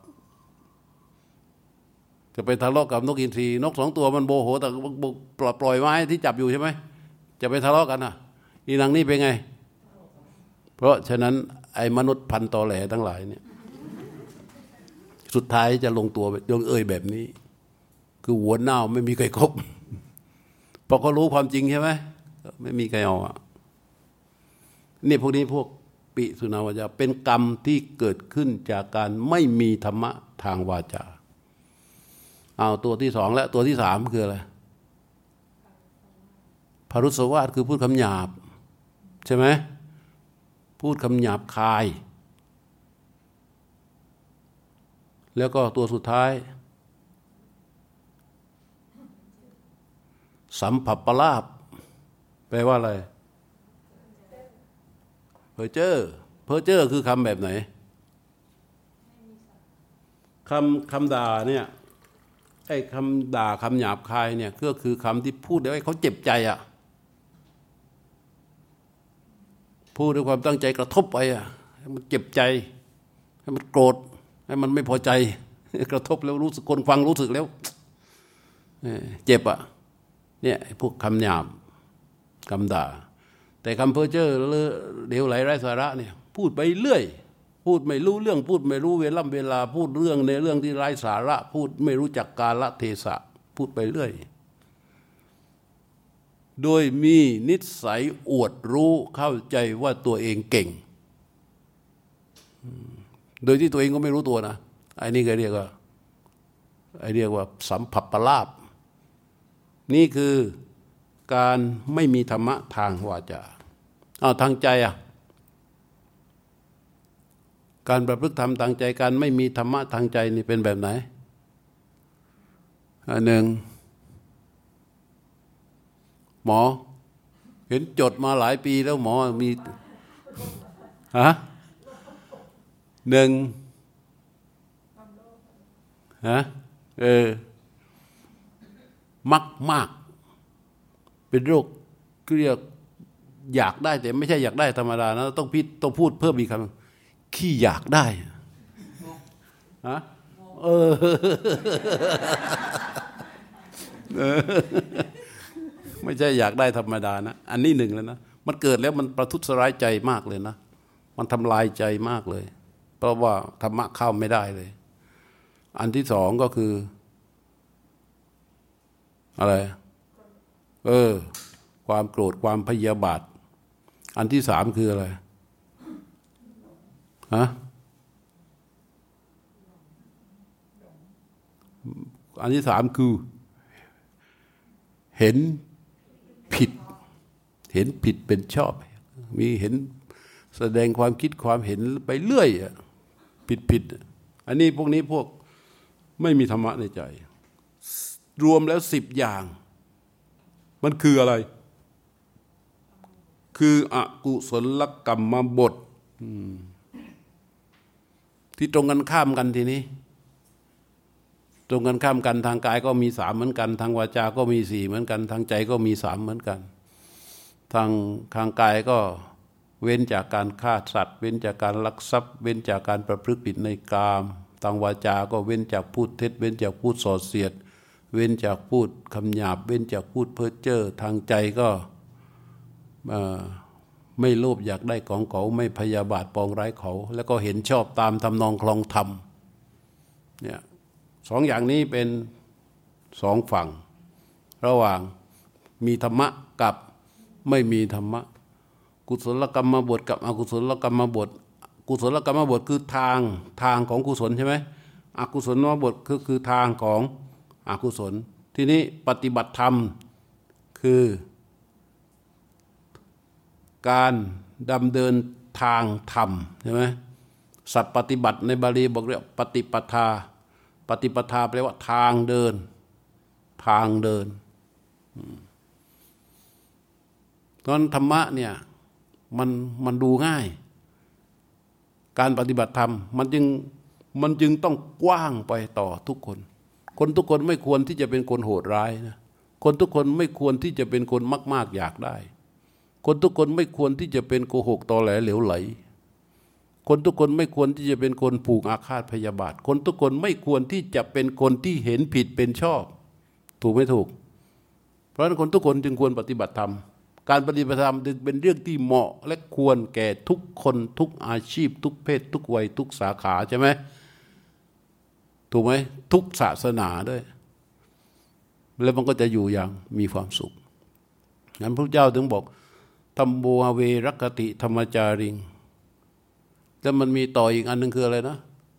จะไปทะเลาะกับนกอินทรีนกสองตัวมันโมโหแต่ปล่อยไม้ที่จับอยู่ใช่ไหมจะไปทะเลาะกันอ่ะอีนางนี่เป็นไงเพราะฉะนั้นไอ้มนุษย์พันตอแหลทั้งหลายเนี่ยสุดท้ายจะลงตัวลงเอ่ยแบบนี้คือหัวเน่าไม่มีใครคบพอเขารู้ความจริงใช่ไหมไม่มีใครเอาอ่ะนี่พวกนี้พวกปิสุนาวาจาเป็นกรรมที่เกิดขึ้นจากการไม่มีธรรมะทางวาจาเอาตัวที่สองและตัวที่สามคืออะไรพรุสวาทคือพูดคำหยาบใช่ไหมพูดคำหยาบคายแล้วก็ตัวสุดท้ายสัมผัสปลาภแปลว่าอะไรเพ้อเจ้อคือคำแบบไหนคำด่าเนี่ยไอ้คำด่าคำหยาบคายเนี่ยก็คือคำที่พูดแล้วให้เขาเจ็บใจอ่ะพูดด้วยความตั้งใจกระทบไปอ่ะให้มันเจ็บใจให้มันโกรธให้มันไม่พอใจกระทบแล้วรู้สึกคนฟังรู้สึกแล้วเจ็บอ่ะเนี่ยพวกคำหยาบคำด่าแต่คำเพ้อเจ้อเหลวไหลไร้สาระเนี่ยพูดไปเรื่อยพูดไม่รู้เรื่องพูดไม่รู้เวลาพูดเรื่องในเรื่องที่ไร้สาระพูดไม่รู้จักกาลเทศะพูดไปเรื่อยโดยมีนิสัยอวดรู้เข้าใจว่าตัวเองเก่งโดยที่ตัวเองก็ไม่รู้ตัวนะไอ้นี่ก็เรียกว่าสัมผัสปลาภนี่คือการไม่มีธรรมะทางวาจาเอาทางใจอ่ะการประพฤติธรรมทางใจการไม่มีธรรมะทางใจนี่เป็นแบบไหนอันหนึ่งหมอเห็นจดมาหลายปีแล้วหมอมีหนึ่งมักมากเป็นโรคเรียกอยากได้แต่ไม่ใช่อยากได้ธรรมดานะต้องพูดเพิ่มอีกคำขี้อยากได้ไม่ใช่อยากได้ธรรมดานะอันนี้หนึ่งแล้วนะมันเกิดแล้วมันประทุษร้ายใจมากเลยนะมันทำลายใจมากเลยเพราะว่าธรรมะเข้าไม่ได้เลยอันที่สองก็คืออะไรความโกรธความพยาบาทอันที่สามคืออะไรฮะอันที่สามคือเห็นผิดเป็นชอบมีเห็นแสดงความคิดความเห็นไปเรื่อยผิดอันนี้พวกนี้พวกไม่มีธรรมะในใจรวมแล้ว10 อย่างมันคืออะไรคืออกุศลกรรมบทที่ตรงกันข้ามกันทีนี้ตรงกันข้ามกันทางกายก็มี3เหมือนกันทางวาจาก็มี4เหมือนกันทางใจก็มี3เหมือนกันทางกายก็เว้นจากการฆ่าสัตว์เว้นจากการลักทรัพย์เว้นจากการประพฤติผิดในกามทางวาจาก็เว้นจากพูดเท็จเว้นจากพูดส่อเสียดเว้นจากพูดคำหยาบเว้นจากพูดเพ้อเจ้อทางใจก็ไม่โลภอยากได้ของเขาไม่พยาบาทปองร้ายเขาแล้วก็เห็นชอบตามทำนองคลองธรรมเนี่ย2 อย่างนี้เป็น2 ฝั่งระหว่างมีธรรมะกับไม่มีธรรมะกุศลกรรมบทกับอกุศลกรรมบทกุศลกรรมบทคือทางของกุศลใช่ไหมอกุศลกรรมบทคือทางของอกุศลทีนี้ปฏิบัติธรรมคือการดำเนินทางธรรมใช่ไหมสัพปฏิบัติในบาลีบอกเรียกปฏิปทาปฏิปทาแปลว่าทางเดินตอนธรรมะเนี่ยมันดูง่ายการปฏิบัติธรรมมันจึงต้องกว้างไปต่อทุกคนทุกคนไม่ควรที่จะเป็นคนโหดร้ายนะคนทุกคนไม่ควรที่จะเป็นคนมากๆอยากได้คนทุกคนไม่ควรที่จะเป็นโกหกตอแหลเหลวไหลคนทุกคนไม่ควรที่จะเป็นคนผูกอาฆาตพยาบาทคนทุกคนไม่ควรที่จะเป็นคนที่เห็นผิดเป็นชอบถูกไม่ถูกเพราะฉะนั้นคนทุกคนจึงควรปฏิบัติธรรมการปฏิบัติธรรมจึงเป็นเรื่องที่เหมาะและควรแก่ทุกคนทุกอาชีพทุกเพศทุกวัยทุกสาขาใช่ไหมถูกไหมทุกศาสนาด้วยแล้วมันก็จะอยู่อย่างมีความสุขงั้นพระเจ้าถึงบอกธัมโมเวรัคติธรรมจาริงแล้วมันมีต่ออีกอันนึงคืออะไรนะ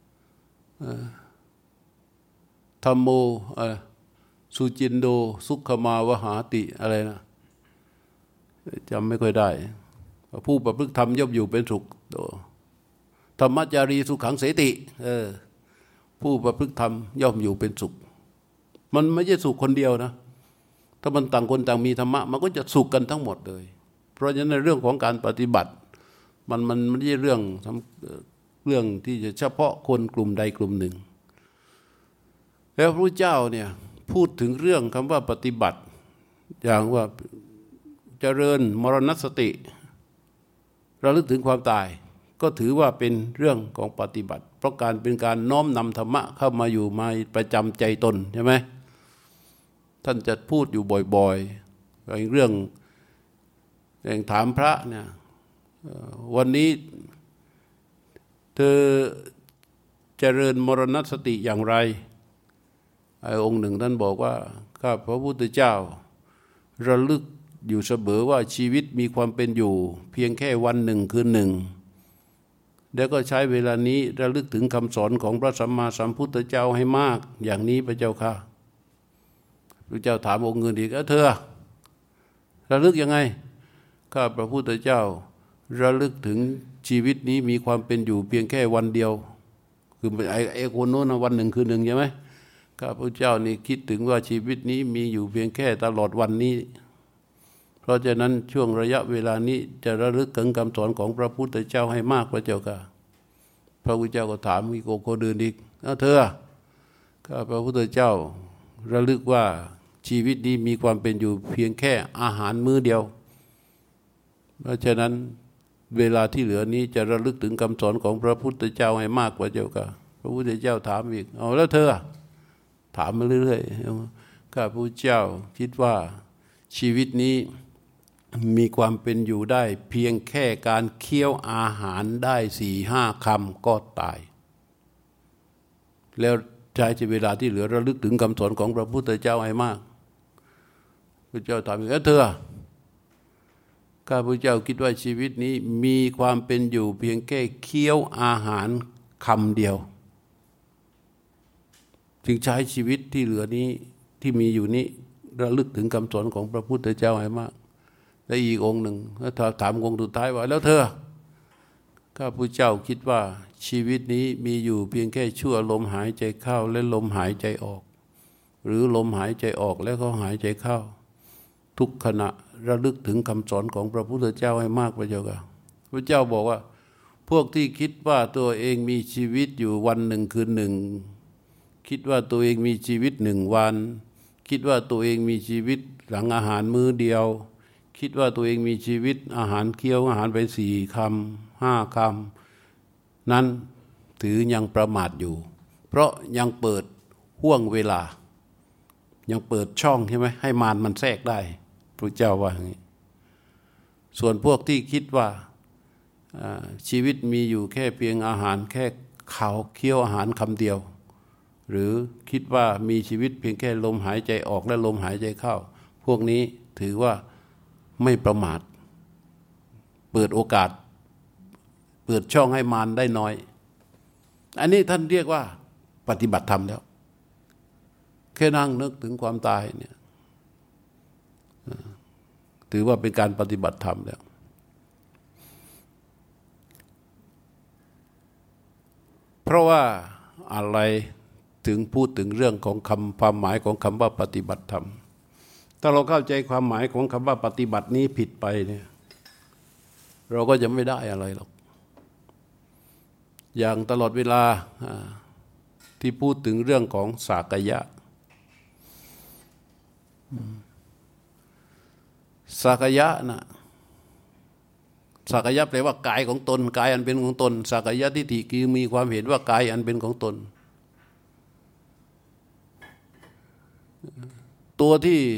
ธัมโมสุจินโดสุขมาวหาติอะไรนะจำไม่ค่อยได้ผู้ประพฤติธรรมย่อมอยู่เป็นสุขธรรมจารีสุขังเสติผู้ประพฤติธรรมย่อมอยู่เป็นสุขมันไม่ใช่สุขคนเดียวนะถ้ามันต่างคนต่างมีธรรมะมันก็จะสุขกันทั้งหมดเลยเพราะฉะนั้นในเรื่องของการปฏิบัติมันไม่ใช่เรื่องที่จะเฉพาะคนกลุ่มใดกลุ่มหนึ่งแล้วพระเจ้าเนี่ยพูดถึงเรื่องคำว่าปฏิบัติอย่างว่าเจริญมรณสติระลึกถึงความตายก็ถือว่าเป็นเรื่องของปฏิบัติเพราะการเป็นการน้อมนำธรรมะเข้ามาอยู่มาประจำใจตนใช่ไหมท่านจะพูดอยู่บ่อยๆเรื่องถามพระเนี่ยวันนี้เธอเจริญมรณสติอย่างไรองค์หนึ่งท่านบอกว่าข้าพระพุทธเจ้าระลึกอยู่เสมอว่าชีวิตมีความเป็นอยู่เพียงแค่วันหนึ่งคืนหนึ่งแล้วก็ใช้เวลานี้ระลึกถึงคำสอนของพระสัมมาสัมพุทธเจ้าให้มากอย่างนี้พระเจ้าค่ะพระเจ้าถามองค์อื่นอีกเธอระลึกยังไงข้าพระพุทธเจ้าระลึกถึงชีวิตนี้มีความเป็นอยู่เพียงแค่วันเดียวคือไอ้คนโน้นวันหนึ่งคืนหนึ่งใช่ไหมข้าพระเจ้านี่คิดถึงว่าชีวิตนี้มีอยู่เพียงแค่ตลอดวันนี้เพราะฉะนั้นช่วงระยะเวลานี้จะระลึกถึงคำสอนของพระพุทธเจ้าให้มากพระเจ้าค่ะพระพุทธเจ้าก็ถามอีกคนอื่นอีกเธอข้าพระพุทธเจ้าระลึกว่าชีวิตนี้มีความเป็นอยู่เพียงแค่อาหารมื้อเดียวเพราะฉะนั้นเวลาที่เหลือนี้จะระลึกถึงคำสอนของพระพุทธเจ้าให้มากกว่าเจ้าค่ะพระพุทธเจ้าถามอีกเอาแล้วเธอถามมาเรื่อยๆข้าพระเจ้าคิดว่าชีวิตนี้มีความเป็นอยู่ได้เพียงแค่การเคี้ยวอาหารได้ 4-5 คำก็ตายแล้วใช้เวลาที่เหลือระลึกถึงคำสอนของพระพุทธเจ้าให้มากระเจ้าถามอีกแล้วเธอข้าพเจ้าคิดว่าชีวิตนี้มีความเป็นอยู่เพียงแค่เคี้ยวอาหารคำเดียวจึงใช้ชีวิตที่เหลือนี้ที่มีอยู่นี้ระลึกถึงคำสอนของพระพุทธเจ้าให้มากและอีกองค์หนึ่งแล้วถามองค์สุดท้ายว่าแล้วเธอข้าพเจ้าคิดว่าชีวิตนี้มีอยู่เพียงแค่ชั่วลมหายใจเข้าและลมหายใจออกหรือลมหายใจออกแล้วก็หายใจเข้าทุกขณะระลึกถึงคำสอนของพระพุทธเจ้าให้มากพระเจ้าค่ะพระเจ้าบอกว่าพวกที่คิดว่าตัวเองมีชีวิตอยู่วันหนึ่งคืนหนึ่งคิดว่าตัวเองมีชีวิตหนึ่งวันคิดว่าตัวเองมีชีวิตหลังอาหารมื้อเดียวคิดว่าตัวเองมีชีวิตอาหารเคี้ยวอาหารไป4 คำ 5 คำนั้นถือยังประมาทอยู่เพราะยังเปิดห่วงเวลายังเปิดช่องใช่ไหมให้มารมันแทรกได้พระเจ้าว่าอย่างนี้ส่วนพวกที่คิดว่าชีวิตมีอยู่แค่เพียงอาหารแค่ข้าวเคี้ยวอาหารคำเดียวหรือคิดว่ามีชีวิตเพียงแค่ลมหายใจออกและลมหายใจเข้าพวกนี้ถือว่าไม่ประมาทเปิดโอกาสเปิดช่องให้มารได้น้อยอันนี้ท่านเรียกว่าปฏิบัติธรรมแล้วแค่นั่งนึกถึงความตายเนี่ยถือว่าเป็นการปฏิบัติธรรมแล้วเพราะว่าอะไรถึงพูดถึงเรื่องของความหมายของคำว่าปฏิบัติธรรมถ้าเราเข้าใจความหมายของคำว่าปฏิบัตินี้ผิดไปเนี่ยเราก็จะไม่ได้อะไรหรอกอย่างตลอดเวลาที่พูดถึงเรื่องของสากยะสากยะนะสากยะแปลว่ากายของตนกายอันเป็นของตนสากยะทิฏฐิคือมีความเห็นว่ากายอันเป็นของตนตัว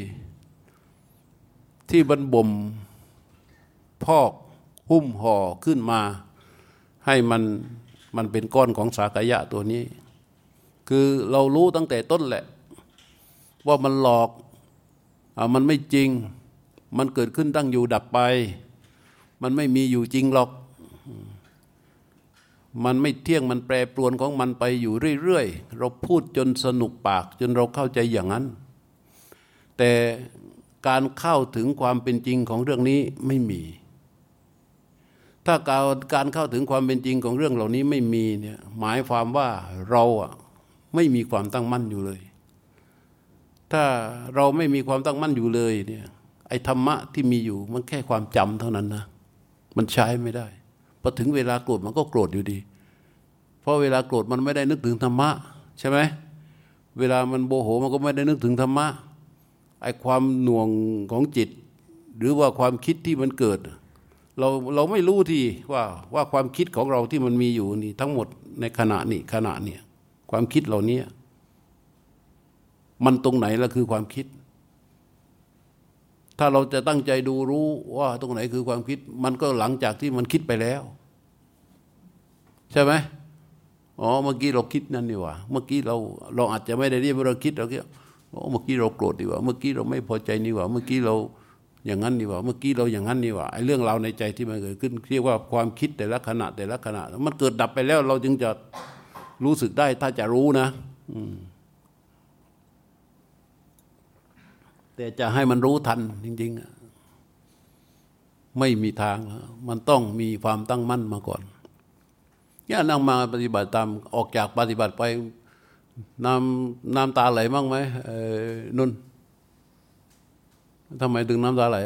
ที่บรรบ่มพอกหุ้มห่อขึ้นมาให้มันเป็นก้อนของสากยะตัวนี้คือเรารู้ตั้งแต่ต้นแหละว่ามันหลอกมันไม่จริงมันเกิดขึ้นตั้งอยู่ดับไปมันไม่มีอยู่จริงหรอกมันไม่เที่ยงมันแปรปรวนของมันไปอยู่เรื่อยๆเราพูดจนสนุกปากจนเราเข้าใจอย่างนั้นแต่การเข้าถึงความเป็นจริงของเรื่องนี้ไม่มีถ้าการเข้าถึงความเป็นจริงของเรื่องเหล่านี้ไม่มีเนี่ยหมายความว่าเราไม่มีความตั้งมั่นอยู่เลยถ้าเราไม่มีความตั้งมั่นอยู่เลยเนี่ยไอ้ธรรมะที่มีอยู่มันแค่ความจำเท่านั้นนะมันใช้ไม่ได้พอถึงเวลาโกรธมันก็โกรธอยู่ดีเพราะเวลาโกรธมันไม่ได้นึกถึงธรรมะใช่ไหมเวลามันโมโหมันก็ไม่ได้นึกถึงธรรมะไอ้ความหน่วงของจิตหรือว่าความคิดที่มันเกิดเราไม่รู้ที่ว่าความคิดของเราที่มันมีอยู่นี่ทั้งหมดในขณะนี้ความคิดเหล่านี้มันตรงไหนล่ะคือความคิดถ้าเราจะตั้งใจดูรู้ว่าตรงไหนคือความคิดมันก็หลังจากที่มันคิดไปแล้วใช่ไหมอ๋อเมื่อกี้เราคิดนั่นนี่หว่าเมื่อกี้เราอาจจะไม่ได้เรียกว่าเราคิดเราคิดเมื่อกี้เราโกรธดีกว่าเมื่อกี้เราไม่พอใจนี่หว่าเมื่อกี้เราอย่างนั้นนี่หว่าเมื่อกี้เราอย่างนั้นนี่หว่าไอ้เรื่องราวในใจที่มันเกิดขึ้นเรียกว่าความคิดแต่ละขณะมันเกิดดับไปแล้วเราจึงจะรู้สึกได้ถ้าจะรู้นะแต่จะให้มันรู้ทันจริงๆไม่มีทางมันต้องมีความตั้งมั่นมาก่อนเนี่ยนั่งมาปฏิบัติตามออกจากปฏิบัติไปน้ำตาไหลบ้างไหมนุ่นทำไมถึงน้ำตาไหล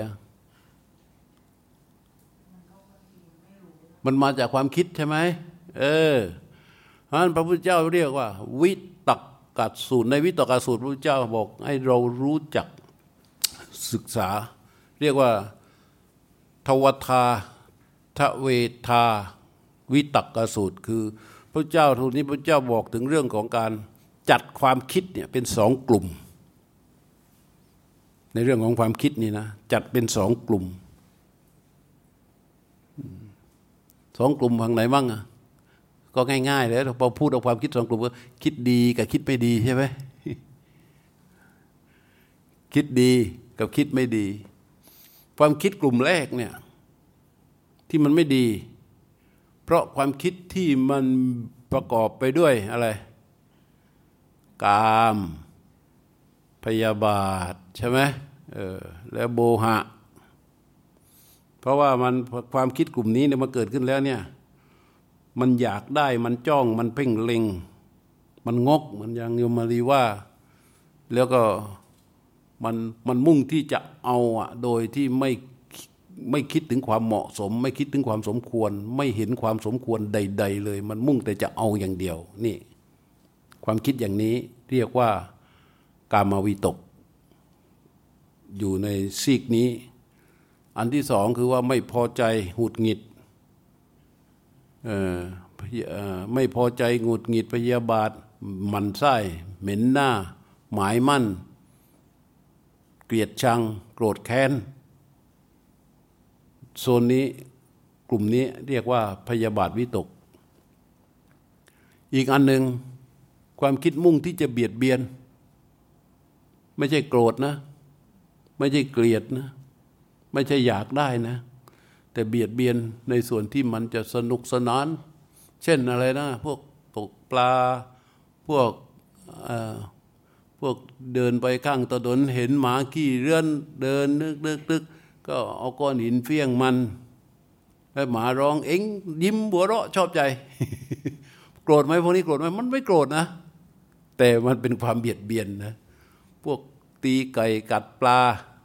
มันมาจากความคิดใช่ไหมเพราะฉะนั้นพระพุทธเจ้าเรียกว่าวิตกสูตรในวิตกสูตรพระพุทธเจ้าบอกให้เรารู้จักศึกษาเรียกว่าทวทาทเวทาวิตกสูตรคือพระเจ้าทุนนี้พระเจ้าบอกถึงเรื่องของการจัดความคิดเนี่ยเป็น2 กลุ่มในเรื่องของความคิดนี่นะจัดเป็น2 กลุ่ม2 กลุ่มทางไหนบ้างก็ง่ายๆเลยพอพูดเอาความคิด2 กลุ่มก็คิดดีกับคิดไม่ดีใช่ไหมคิดดีกับคิดไม่ดีความคิดกลุ่มแรกเนี่ยที่มันไม่ดีเพราะความคิดที่มันประกอบไปด้วยอะไรกามพยาบาทใช่ไหมแล้วโมหะเพราะว่ามันความคิดกลุ่มนี้เนี่ยมันเกิดขึ้นแล้วเนี่ยมันอยากได้มันจ้องมันเพ่งเล็งมันงกมันอย่างโยมมารีว่าแล้วก็มันมุ่งที่จะเอาโดยที่ไม่คิดถึงความเหมาะสมไม่คิดถึงความสมควรไม่เห็นความสมควรใดๆเลยมันมุ่งแต่จะเอาอย่างเดียวนี่ความคิดอย่างนี้เรียกว่ากามวิตกอยู่ในซีกนี้อันที่สองคือว่าไม่พอใจหงุดหงิดไม่พอใจหงุดหงิดพยาบาทหมั่นไส้เหม็นหน้าหมายมั่นเกลียดชังโกรธแค้นโซนนี้กลุ่มนี้เรียกว่าพยาบาทวิตกอีกอันหนึ่งความคิดมุ่งที่จะเบียดเบียนไม่ใช่โกรธนะไม่ใช่เกลียดนะไม่ใช่อยากได้นะแต่เบียดเบียนในส่วนที่มันจะสนุกสนานเช่นอะไรนะพวกตกปลาพวกเดินไปข้างถนนเห็นหมาขี้เรื่อนเดินนึกก็เอาก้อนหินเฟี้ยงมันให้หมาร้องเอ็งยิ้มหัวเราะชอบใจ โกรธไหมพวกนี้โกรธไหมมันไม่โกรธนะแต่มันเป็นความเบียดเบียนนะพวกตีไก่กัดปลา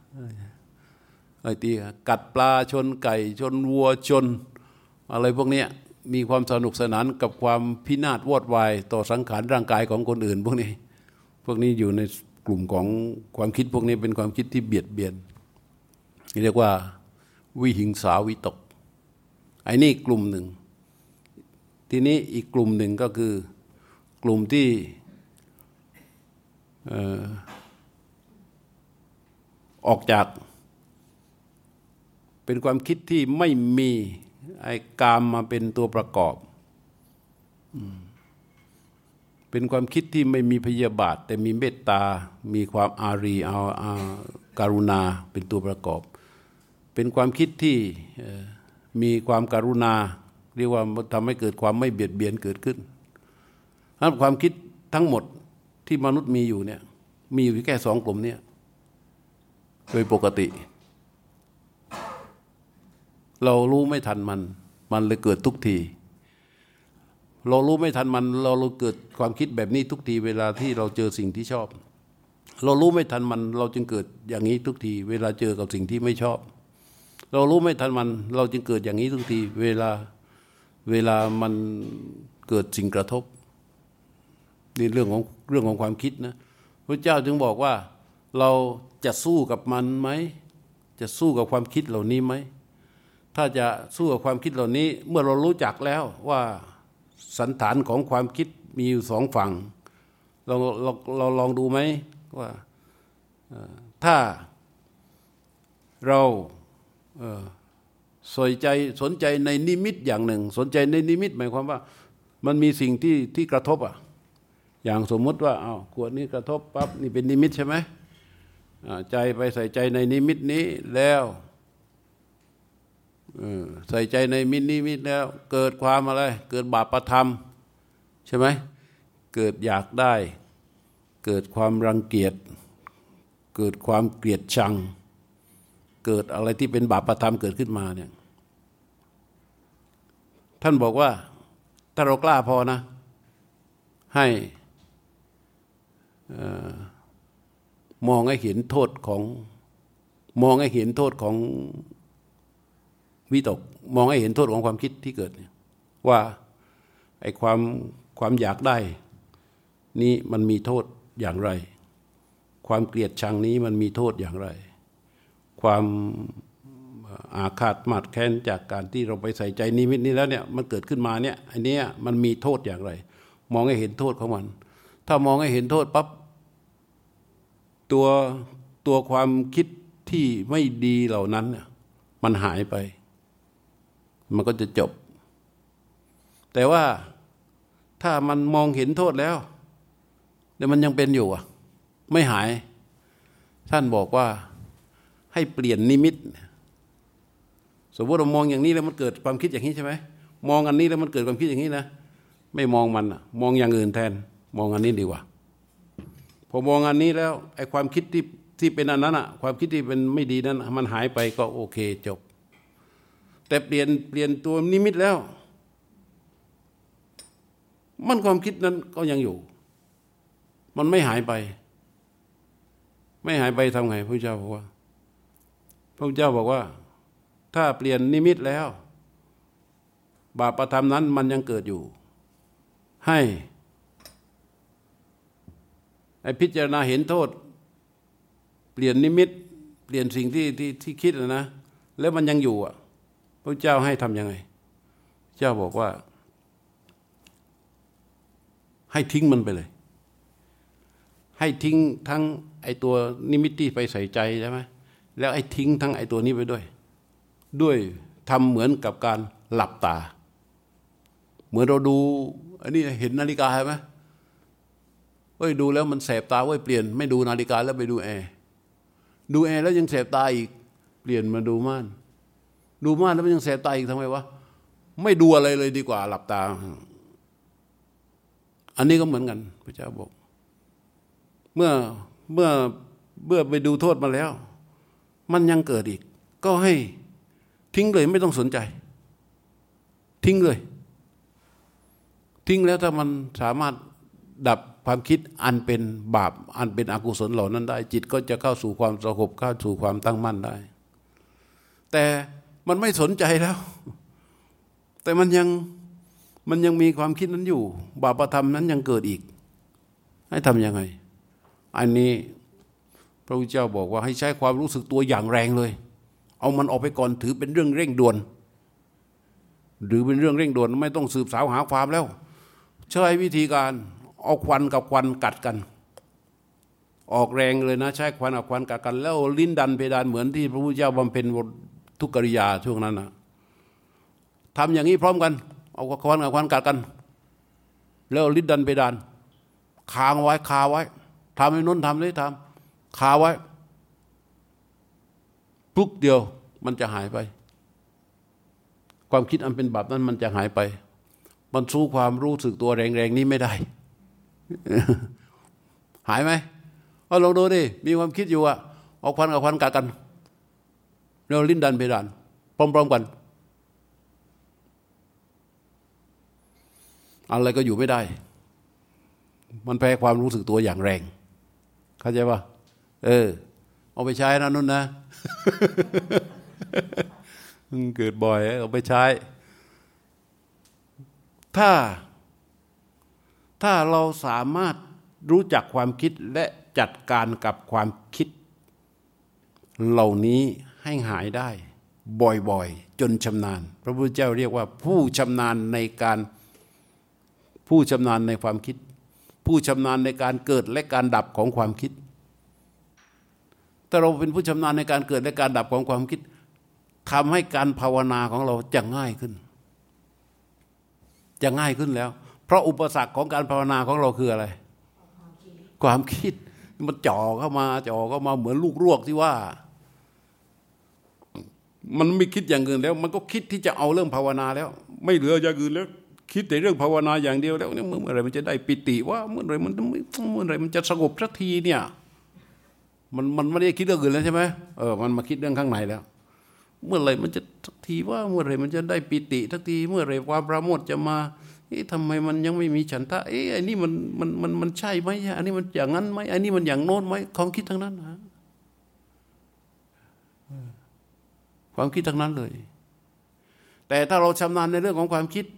ตีกัดปลาชนไก่ชนวัวชนอะไรพวกนี้มีความสนุกสนานกับความพินาศวอดวายต่อสังขารร่างกายของคนอื่นพวกนี้อยู่ในกลุ่มของความคิดพวกนี้เป็นความคิดที่เบียดเบียนเรียกว่าวิหิงสาวิตกไอ้นี่กลุ่มหนึ่งทีนี้อีกกลุ่มหนึ่งก็คือกลุ่มที่ออกจากเป็นความคิดที่ไม่มีไอ้กามมาเป็นตัวประกอบเป็นความคิดที่ไม่มีพยาบาทแต่มีเมตตามีความอารีการุณาเป็นตัวประกอบเป็นความคิดที่มีความการุณาเรียกว่าทำให้เกิดความไม่เบียดเบียนเกิดขึ้นความคิดทั้งหมดที่มนุษย์มีอยู่เนี่ยมีอยู่แค่สองกลุ่มนี้โดยปกติเรารู้ไม่ทันมันเลยเกิดทุกทีเรารู้ไม่ทันมันเราเกิดความคิดแบบนี้ทุกทีเวลาที่เราเจอสิ่งที่ชอบเรารู้ไม่ทันมันเราจึงเกิดอย่างนี้ทุกทีเวลาเจอกับสิ่งที่ไม่ชอบเรารู้ไม่ทันมันเราจึงเกิดอย่างนี้ทุกทีเวลามันเกิดสิ่งกระทบนี่เรื่องของความคิดนะพระเจ้าจึงบอกว่าเราจะสู้กับมันไหมจะสู้กับความคิดเหล่านี้ไหมถ้าจะสู้กับความคิดเหล่านี้เมื่อเรารู้จักแล้วว่าสันฐานของความคิดมีอยู่สองฝั่งเราลองดูไหมว่าถ้าเราสนใจในนิมิตอย่างหนึ่งสนใจในนิมิตหมายความว่ามันมีสิ่งที่กระทบอย่างสมมติว่าขวดนี้กระทบปั๊บนี่เป็นนิมิตใช่ไหมใจไปใส่ใจในนิมิตนี้แล้วใส่ใจในนิมิตแล้วเกิดความอะไรเกิดบาปธรรมใช่ไหมเกิดอยากได้เกิดความรังเกียจเกิดความเกลียดชังเกิดอะไรที่เป็นบาปธรรมเกิดขึ้นมาเนี่ยท่านบอกว่าถ้าเรากล้าพอนะให้มองให้เห็นโทษของวิตกมองให้เห็นโทษของความคิดที่เกิดเนี่ยว่าไอ้ความอยากได้นี้มันมีโทษอย่างไรความเกลียดชังนี้มันมีโทษอย่างไรความอาฆาตมาดแค้นจากการที่เราไปใส่ใจนิมิตนี้แล้วเนี่ยมันเกิดขึ้นมาเนี่ยอันนี้มันมีโทษอย่างไรมองให้เห็นโทษของมันถ้ามองให้เห็นโทษปั๊บตัวความคิดที่ไม่ดีเหล่านั้นเนี่ยมันหายไปมันก็จะจบแต่ว่าถ้ามันมองเห็นโทษแล้วแต่มันยังเป็นอยู่ไม่หายท่านบอกว่าให้เปลี่ยนนิมิตสมมติเรามองอย่างนี้แล้วมันเกิดความคิดอย่างนี้ใช่ไหมมองอันนี้แล้วมันเกิดความคิดอย่างนี้นะไม่มองมันมองอย่างอื่นแทนมองอันนี้ดีกว่าพอมองอันนี้แล้วไอ้ความคิดที่เป็นอันนั้นความคิดที่เป็นไม่ดีนั้นมันหายไปก็โอเคจบแต่เปลี่ยนตัวนิมิตแล้วมันความคิดนั้นก็ยังอยู่มันไม่หายไปไม่หายไปทำไงพระเจ้าบอกว่าพระเจ้าบอกว่าถ้าเปลี่ยนนิมิตแล้วบาปธรรมนั้นมันยังเกิดอยู่ให้พิจารณาเห็นโทษเปลี่ยนนิมิตเปลี่ยนสิ่งที่คิดนะแล้วมันยังอยู่พระเจ้าให้ทำยังไงเจ้าบอกว่าให้ทิ้งมันไปเลยให้ทิ้งทั้งไอตัวนิมิตที่ไปใส่ใจใช่ไหมแล้วไอ้ทิ้งทั้งไอตัวนี้ไปด้วยทำเหมือนกับการหลับตาเหมือนเราดูอันนี้เห็นนาฬิกาใช่ไหมดูแล้วมันแสบตาเปลี่ยนไม่ดูนาฬิกาแล้วไปดูแอร์แล้วยังแสบตาอีกเปลี่ยนมาดูม่านแล้วมันยังแสบตาอีกทำไมวะไม่ดูอะไรเลยดีกว่าหลับตาอันนี้ก็เหมือนกันพระเจ้าบอกเมื่อไปดูโทษมาแล้วมันยังเกิดอีกก็ให้ทิ้งเลยไม่ต้องสนใจทิ้งเลยทิ้งแล้วถ้ามันสามารถดับความคิดอันเป็นบาปอันเป็นอกุศลเหล่านั้นได้จิตก็จะเข้าสู่ความสงบเข้าสู่ความตั้งมั่นได้แต่มันไม่สนใจแล้วแต่มันยังมีความคิดนั้นอยู่บาปธรรมนั้นยังเกิดอีกให้ทำยังไงอันนี้พระพุทธเจ้าบอกว่าให้ใช้ความรู้สึกตัวอย่างแรงเลยเอามันออกไปก่อนถือเป็นเรื่องเร่งด่วนหรือเป็นเรื่องเร่งด่วนไม่ต้องสืบสาวหาความแล้วใช้วิธีการเอาควันกับควันกัดกันออกแรงเลยนะใช้ควันกับควันกัดกันแล้วลิ้นดันเพดานเหมือนที่พระพุทธเจ้าบำเพ็ญทุกกิริยาช่วงนั้นนะทำอย่างนี้พร้อมกันเอาควันกับควันกัดกันแล้วลิ้นดันเพดานค้างไว้คาไว้ทำให้น้นทำได้ทำคาไว้ปุ๊บเดียวมันจะหายไปความคิดอันเป็นบาปนั้นมันจะหายไปมันสู้ความรู้สึกตัวแรงๆนี้ไม่ได้ หายไหมลองดูดิมีความคิดอยู่เอาควันกับควันกัดกันแล้วลิ้นดันเพดานพร้อมๆกันอะไรก็อยู่ไม่ได้มันแพ้ความรู้สึกตัวอย่างแรงเข้าใจป่ะเอาไปใช้นะนุ่นนะ เกิดบ่อยเอาไปใช้ถ้าเราสามารถรู้จักความคิดและจัดการกับความคิดเหล่านี้ให้หายได้บ่อยๆจนชำนาญพระพุทธเจ้าเรียกว่าผู้ชำนาญในความคิดผู้ชำนาญในการเกิดและการดับของความคิดถ้าเราเป็นผู้ชำนาญในการเกิดและการดับของความคิดทำให้การภาวนาของเราจะง่ายขึ้นแล้วเพราะอุปสรรคของการภาวนาของเราคืออะไรความคิดมันจ่อเข้ามาเหมือนลูกรวกที่ว่ามันไม่คิดอย่างอื่นแล้วมันก็คิดที่จะเอาเรื่องภาวนาแล้วไม่เหลืออย่างอื่นแล้วคิดแต่เรื่องภาวนาอย่างเดียวแล้วเนี่ยเมื่อไหร่มันจะได้ปิติว่าเมื่อไหร่มันจะสงบสักทีเนี่ยมันไม่ได้คิดเรื่องอื่นแล้วใช่ไหมมันมาคิดเรื่องข้างในแล้วเมื่อไหร่มันจะสักทีว่าเมื่อไหร่มันจะได้ปิติสักทีเมื่อไหร่ความปราโมทย์จะมาทำไมมันยังไม่มีฉันทะไอ้นี่มันใช่ไหมอันนี้มันอย่างนั้นไหมอันนี้มันอย่างโน้นไหมความคิดทั้งนั้นนะความคิดทั้งนั้นเลยแต่ถ้าเราชำนาญในเรื่องของความคิด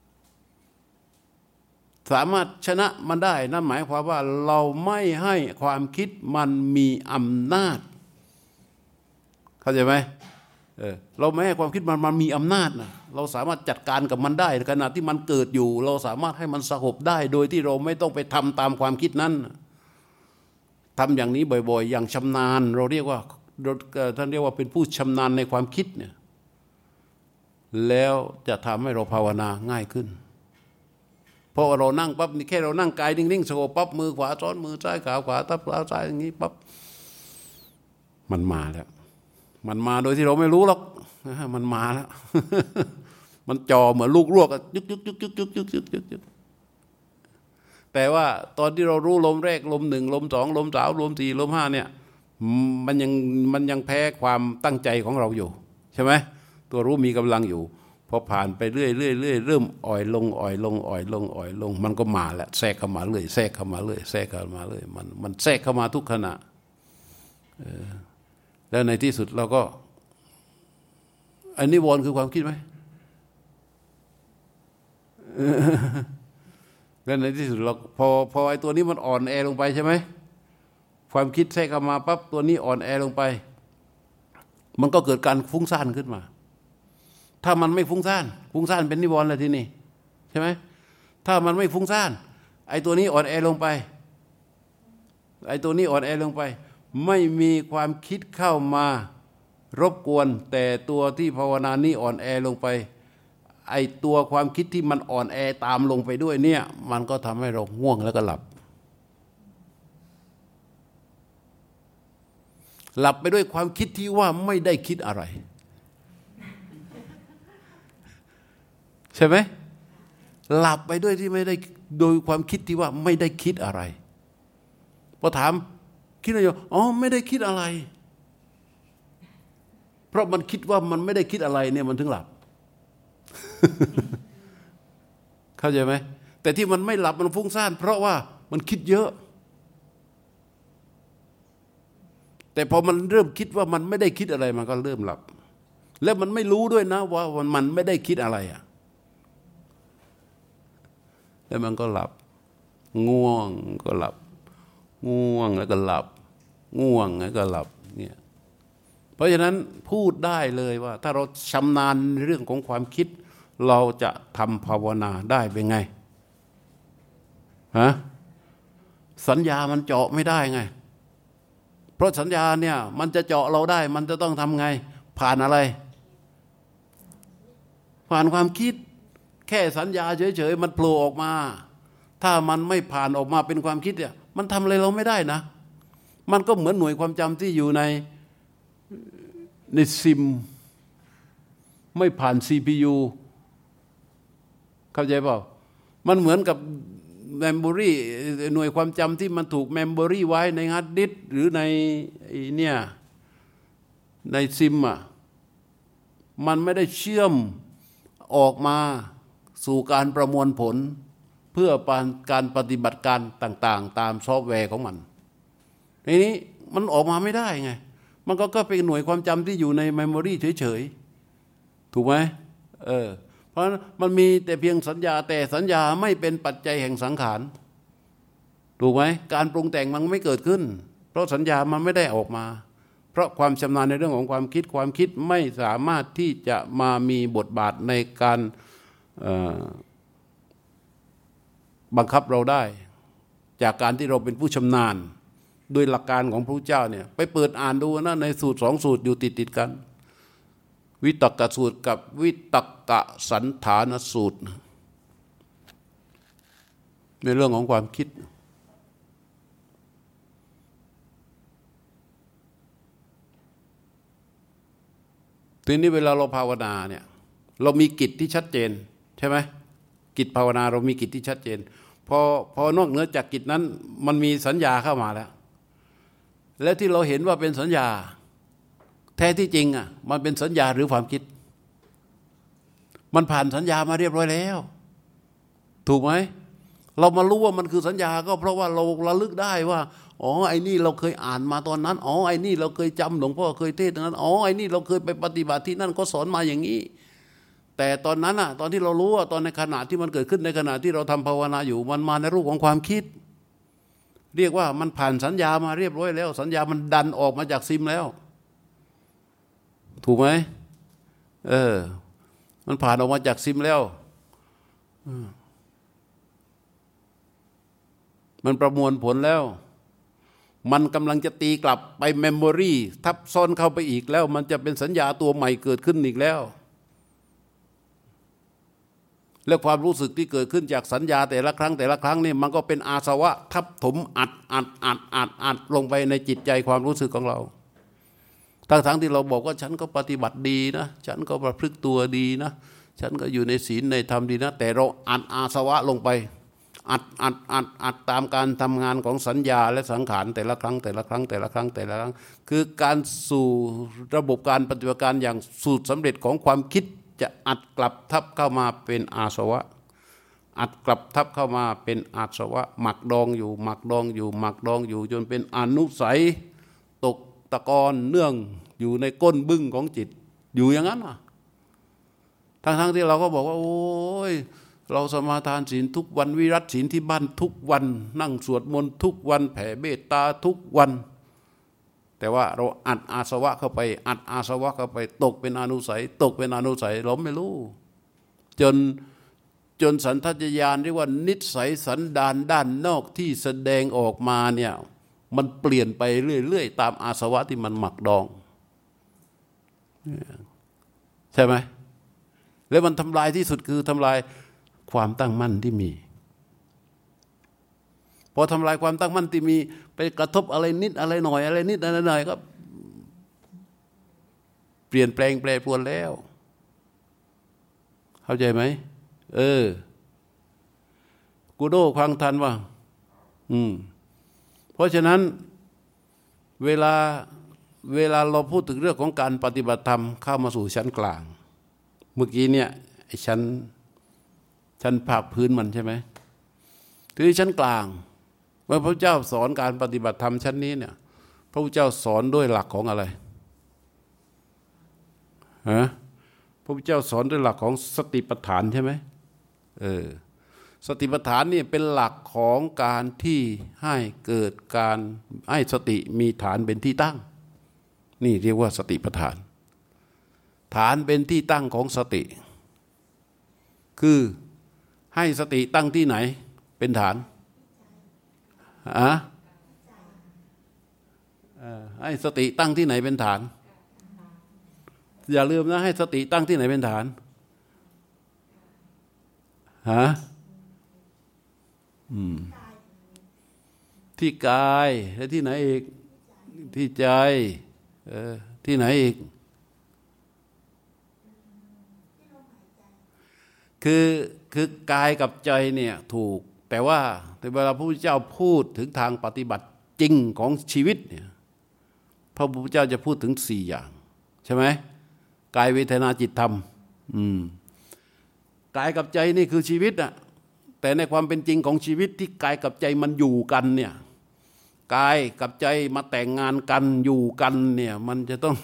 สามารถชนะมันได้นั่นหมายความว่าเราไม่ให้ความคิดมันมีอำนาจเข้าใจไหมเราไม่ให้ความคิดมันมีอำนาจนะเราสามารถจัดการกับมันได้ขณะที่มันเกิดอยู่เราสามารถให้มันสงบได้โดยที่เราไม่ต้องไปทำตามความคิดนั้นทำอย่างนี้บ่อยๆอย่างชำนาญเราเรียกว่าท่านเรียกว่าเป็นผู้ชำนาญในความคิดเนี่ยแล้วจะทำให้เราภาวนาง่ายขึ้นเพราะเรานั่งปั๊บนี่แค่เรานั่งกายนิ่งๆสงบปั๊บมือขวาซ้อนมือซ้ายขาขวาทับเท้าซ้ายอย่างนี้ปั๊บมันมาแล้วมันมาโดยที่เราไม่รู้หรอกมันมาแล้ว มันจ่อเหมือนลูกรวกยึกยึกยึกยึกยึกยึกยึกยึกยึกแต่ว่าตอนที่เรารู้ลมแรกลมหนึ่งลมสองลมสามลมสี่ลมห้าเนี่ยมันยังแพ้ความตั้งใจของเราอยู่ใช่ไหมตัวรู้มีกำลังอยู่พอผ่านไปเรื่อยเรื่อยเรื่อยเริ่มอ่อยลงอ่อยลงอ่อยลงอ่อยลงมันก็มาแล้วแทรกเข้ามาเรื่อยแทรกเข้ามาเรื่อยแทรกเข้ามาเรื่อยมันแทรกเข้ามาทุกขณะแล้วในที่สุดเราก็อันนิวรณ์คือความคิดไหมแล้วในที่สุดเราพอไอ้ตัวนี้มันอ่อนแอลงไปใช่ไหมความคิดแทรกเข้ามาปั๊บตัวนี้อ่อนแอลงไปมันก็เกิดการฟุ้งซ่านขึ้นมาถ้ามันไม่ฟุ้งซ่านเป็นนิวรณ์แล้วทีนี้ใช่ไหมถ้ามันไม่ฟุ้งซ่านไอ้ตัวนี้อ่อนแอลงไปไอ้ตัวนี้อ่อนแอลงไปไม่มีความคิดเข้ามารบกวนแต่ตัวที่ภาวนานี้อ่อนแอลงไปไอ้ตัวความคิดที่มันอ่อนแอตามลงไปด้วยเนี่ยมันก็ทำให้เราง่วงแล้วก็หลับไปด้วยความคิดที่ว่าไม่ได้คิดอะไรใช่ไหมหลับไปด้วยที่ไม่ได้โดยความคิดที่ว่าไม่ได้คิดอะไรพอถามคิดอะไรอ๋อไม่ได้คิดอะไรเพราะมันคิดว่ามันไม่ได้คิดอะไรเนี่ยมันถึงหลับ เข้าใจไหมแต่ที่มันไม่หลับมันฟุ้งซ่านเพราะว่ามันคิดเยอะแต่พอมันเริ่มคิดว่ามันไม่ได้คิดอะไรมันก็เริ่มหลับแล้วมันไม่รู้ด้วยนะว่ามันไม่ได้คิดอะไรอ่ะแล้วมันก็หลับง่วงก็หลับง่วงแล้วก็หลับง่วงแล้วก็หลับเนี่ยเพราะฉะนั้นพูดได้เลยว่าถ้าเราชำนาญเรื่องของความคิดเราจะทำภาวนาได้เป็นไงฮะสัญญามันเจาะไม่ได้ไงเพราะสัญญาเนี่ยมันจะเจาะเราได้มันจะต้องทำไงผ่านอะไรผ่านความคิดแค่สัญญาเฉยๆมันโผล่ออกมาถ้ามันไม่ผ่านออกมาเป็นความคิดเนี่ยมันทำอะไรเราไม่ได้นะมันก็เหมือนหน่วยความจำที่อยู่ในซิมไม่ผ่าน CPU เข้าใจเปล่ามันเหมือนกับเมมโมรี่หน่วยความจำที่มันถูกเมมโมรี่ไว้ในฮาร์ดดิสก์หรือในเนี่ยในซิมอ่ะมันไม่ได้เชื่อมออกมาสู่การประมวลผลเพื่อการปฏิบัติการต่างๆตามซอฟต์แวร์ของมันทีนี้มันออกมาไม่ได้ไงมันก็เป็นหน่วยความจำที่อยู่ในเมมโมรี่เฉยๆถูกไหมเพราะมันมีแต่เพียงสัญญาแต่สัญญาไม่เป็นปัจจัยแห่งสังขารถูกไหมการปรุงแต่งมันไม่เกิดขึ้นเพราะสัญญามันไม่ได้ออกมาเพราะความชำนาญในเรื่องของความคิดไม่สามารถที่จะมามีบทบาทในการบังคับเราได้จากการที่เราเป็นผู้ชำนาญโดยหลักการของพระเจ้าเนี่ยไปเปิดอ่านดูนะในสูตร2สูตรอยู่ติดกันวิตกสูตรกับวิตกสันฐานสูตรในเรื่องของความคิดทีนี้เวลาเราภาวนาเนี่ยเรามีกิจที่ชัดเจนใช่ไหมกิจภาวนาเรามีกิจที่ชัดเจนพอนอกเหนือจากกิจนั้นมันมีสัญญาเข้ามาแล้วที่เราเห็นว่าเป็นสัญญาแท้ที่จริงอ่ะมันเป็นสัญญาหรือความคิดมันผ่านสัญญามาเรียบร้อยแล้วถูกไหมเรามารู้ว่ามันคือสัญญาก็เพราะว่าเราระลึกได้ว่าอ๋อไอ้นี่เราเคยอ่านมาตอนนั้นอ๋อไอ้นี่เราเคยจำหลวงพ่อเคยเทศน์นั้นอ๋อไอ้นี่เราเคยไปปฏิบัติที่นั่นก็สอนมาอย่างนี้แต่ตอนนั้นอ่ะตอนที่เรารู้ว่าตอนในขณะที่มันเกิดขึ้นในขณะที่เราทำภาวนาอยู่มันมาในรูปของความคิดเรียกว่ามันผ่านสัญญามาเรียบร้อยแล้วสัญญามันดันออกมาจากซิมแล้วถูกไหมมันผ่านออกมาจากซิมแล้วมันประมวลผลแล้วมันกำลังจะตีกลับไปเมมโมรีทับซ้อนเข้าไปอีกแล้วมันจะเป็นสัญญาตัวใหม่เกิดขึ้นอีกแล้วและความรู้สึกที่เกิดขึ้นจากสัญญาแต่ละครั้งนี่มันก็เป็นอาสวะทับถมอัดลงไปในจิตใจความรู้สึกของเราทั้งที่เราบอกว่าฉันก็ปฏิบัติดีนะฉันก็ประพฤติตัวดีนะฉันก็อยู่ในศีลในธรรมดีนะแต่เราอัดอาสวะลงไปอัดตามการทำงานของสัญญาและสังขารแต่ละครั้งคือการสู่ระบบการปฏิบัติการอย่างสูตรสำเร็จของความคิดจะอัดกลับทับเข้ามาเป็นอาสวะอัดกลับทับเข้ามาเป็นอาสวะหมักดองอยู่จนเป็นอนุสัยตกตะกอนเนื่องอยู่ในก้นบึ้งของจิตอยู่อย่างนั้นทั้งที่เราก็บอกว่าโอ้ยเราสมาทานศีลทุกวันวิรัติศีลที่บ้านทุกวันนั่งสวดมนต์ทุกวันแผ่เมตตาทุกวันแต่ว่าเราอัดอาสวะเข้าไปตกเป็นอนุสัยเราไม่รู้จนสันทัตญาณเรียกว่านิสัยสันดานด้านนอกที่แสดงออกมาเนี่ยมันเปลี่ยนไปเรื่อยๆตามอาสวะที่มันหมักดองใช่ไหมแล้วมันทำลายที่สุดคือทำลายความตั้งมั่นที่มีพอทำลายความตั้งมั่นที่มีไปกระทบอะไรนิดอะไรหน่อยก็เปลี่ยนแปลงแปรปรวนแล้วเข้าใจไหมกูโดฟังทันว่าเพราะฉะนั้นเวลาเราพูดถึงเรื่องของการปฏิบัติธรรมเข้ามาสู่ชั้นกลางเมื่อกี้เนี่ยไอ้ชั้นภาคพื้นมันใช่ไหมทีนี้ชั้นกลางเมื่อพระเจ้าสอนการปฏิบัติธรรมชั้นนี้เนี่ยพระพุทธเจ้าสอนด้วยหลักของอะไรพระพุทธเจ้าสอนด้วยหลักของสติปัฏฐานใช่ไหมสติปัฏฐานนี่เป็นหลักของการที่ให้เกิดการให้สติมีฐานเป็นที่ตั้งนี่เรียกว่าสติปัฏฐานฐานเป็นที่ตั้งของสติคือให้สติตั้งที่ไหนเป็นฐานให้สติตั้งที่ไหนเป็นฐานอย่าลืมนะให้สติตั้งที่ไหนเป็นฐานที่กายและที่ไหนอีกที่ใจที่ไหนอีกคือกายกับใจเนี่ยถูกแต่ว่าเวลาพระพุทธเจ้าพูดถึงทางปฏิบัติจริงของชีวิตเนี่ยพระพุทธเจ้าจะพูดถึง4อย่างใช่ไหมกายเวทนาจิตธรรมกายกับใจนี่คือชีวิตอะแต่ในความเป็นจริงของชีวิตที่กายกับใจมันอยู่กันเนี่ยกายกับใจมาแต่งงานกันอยู่กันเนี่ยมันจะต้อง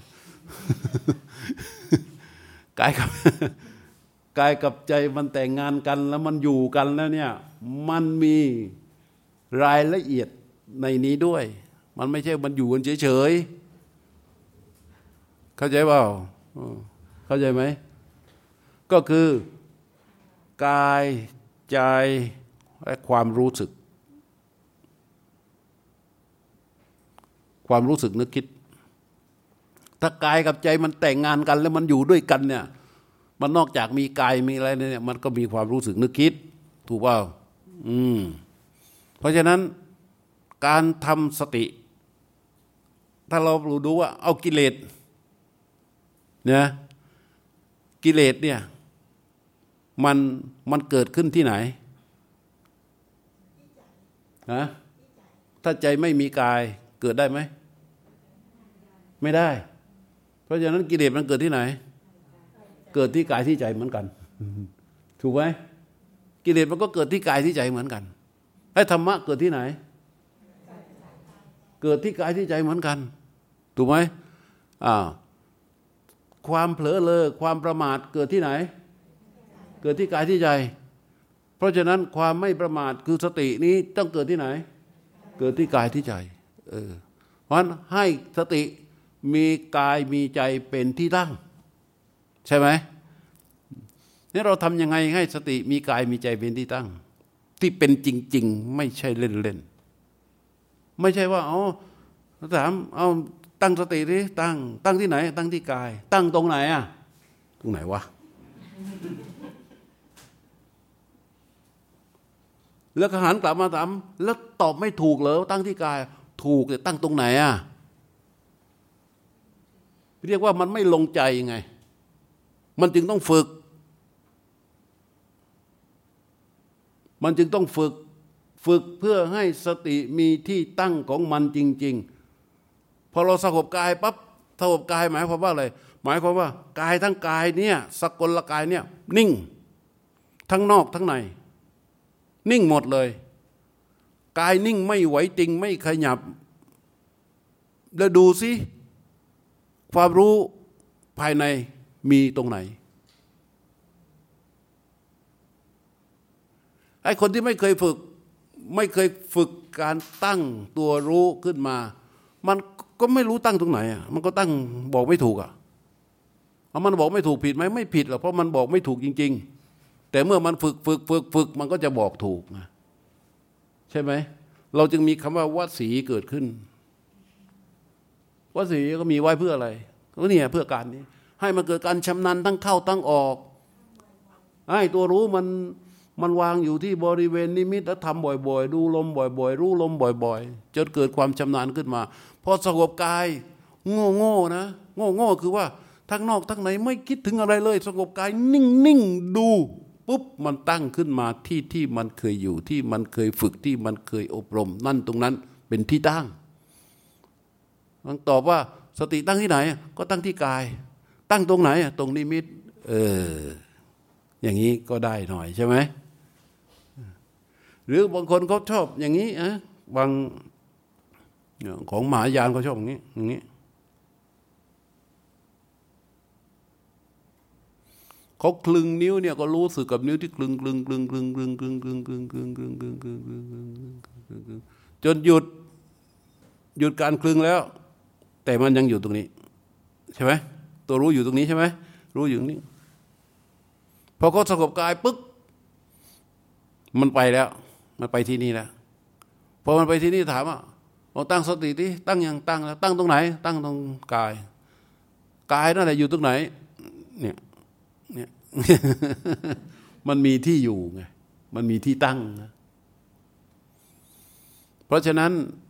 กายกับใจมันแต่งงานกันแล้วมันอยู่กันแล้วเนี่ยมันมีรายละเอียดในนี้ด้วยมันไม่ใช่มันอยู่กันเฉยๆเข้าใจเปล่าเข้าใจไหมก็คือกายใจและความรู้สึกนึกคิดถ้ากายกับใจมันแต่งงานกันแล้วมันอยู่ด้วยกันเนี่ยมันนอกจากมีกายมีอะไรเนี่ยมันก็มีความรู้สึกนึกคิดถูกเปล่าเพราะฉะนั้นการทำสติถ้าเราดูว่าเอากิเลสเนี่ยกิเลสเนี่ยมันเกิดขึ้นที่ไหนถ้าใจไม่มีกายเกิดได้ไหมไม่ได้เพราะฉะนั้นกิเลสมันเกิดที่ไหนเกิดที่กายที่ใจเหมือนกันถูกไหมกิเลสมันก็เกิดที่กายที่ใจเหมือนกันให้ธรรมะเกิดที่ไหนเกิดที่กายที่ใจเหมือนกันถูกไหมความเผลอเลอความประมาทเกิดที่ไหนเกิดที่กายที่ใจเพราะฉะนั้นความไม่ประมาทคือสตินี้ต้องเกิดที่ไหนเกิดที่กายที่ใจเพราะฉะนั้นให้สติมีกายมีใจเป็นที่ตั้งใช่ไหมนี่เราทำยังไงให้สติมีกายมีใจเป็นที่ตั้งที่เป็นจริงๆไม่ใช่เล่นๆไม่ใช่ว่าถามตั้งสติดิตั้งที่ไหนตั้งที่กายตั้งตรงไหนตรงไหนวะแล้วก็หันกลับมาถามแล้วตอบไม่ถูกเหรอตั้งที่กายถูกแต่ตั้งตรงไหนเรียกว่ามันไม่ลงใจไงมันจึงต้องฝึกฝึกเพื่อให้สติมีที่ตั้งของมันจริงๆพอเราสงบกายปั๊บสงบกายหมายความว่าอะไรหมายความว่ากายทั้งกายเนี่ยสกลกายเนี่ยนิ่งทั้งนอกทั้งในนิ่งหมดเลยกายนิ่งไม่ไหวติงไม่ขยับแล้วดูสิความรู้ภายในมีตรงไหนไอ้คนที่ไม่เคยฝึกการตั้งตัวรู้ขึ้นมามันก็ไม่รู้ตั้งตรงไหนอ่ะมันก็ตั้งบอกไม่ถูกอ่ะมันบอกไม่ถูกผิดไหมไม่ผิดหรอกเพราะมันบอกไม่ถูกจริงๆแต่เมื่อมันฝึกมันก็จะบอกถูกนะใช่ไหมเราจึงมีคำว่าวสีเกิดขึ้นวสีก็มีไว้เพื่ออะไรก็เนี่ยเพื่อการนี้ให้มันเกิดการชำนาญทั้งเข้าทั้งออกให้ตัวรู้มันวางอยู่ที่บริเวณนิมิตแล้วทำบ่อยๆดูลมบ่อยๆรู้ลมบ่อยๆจนเกิดความชำนาญขึ้นมาพอสงบกายโง่นะโง่คือว่าทั้งนอกทั้งในไม่คิดถึงอะไรเลยสงบกายนิ่งดูปุ๊บมันตั้งขึ้นมาที่มันเคยอยู่ที่มันเคยฝึกที่มันเคยอบรมนั่นตรงนั้นเป็นที่ตั้งมันตอบว่าสติตั้งที่ไหนก็ตั้งที่กายตั้งตรงไหนตรงนิมิตอย่างนี้ก็ได้หน่อยใช่ไหมหรือบางคนเขาชอบอย่างนี้บางของมหายานเขาชอบอย่างนี้เขาคลึงนิ้วเนี่ยก็รู้สึกกับนิ้วที่คลึงจนหยุดการคลึงแล้วแต่มันยังอยู่ตรงนี้ใช่ไหมตัวรู้อยู่ตรงนี้ใช่ไหมรู้อยู่ตรงนี้พอเขาสงบกายปึ๊กมันไปแล้วมันไปที่นี่แล้วพอมันไปที่นี่ถามว่าลองตั้งสติดิตั้งยังตั้งแล้วตั้งตรงไหนตั้งตรงกายนั่นแหละอยู่ตรงไหนเนี่ย มันมีที่อยู่ไงมันมีที่ตั้งนะเพราะฉะนั้น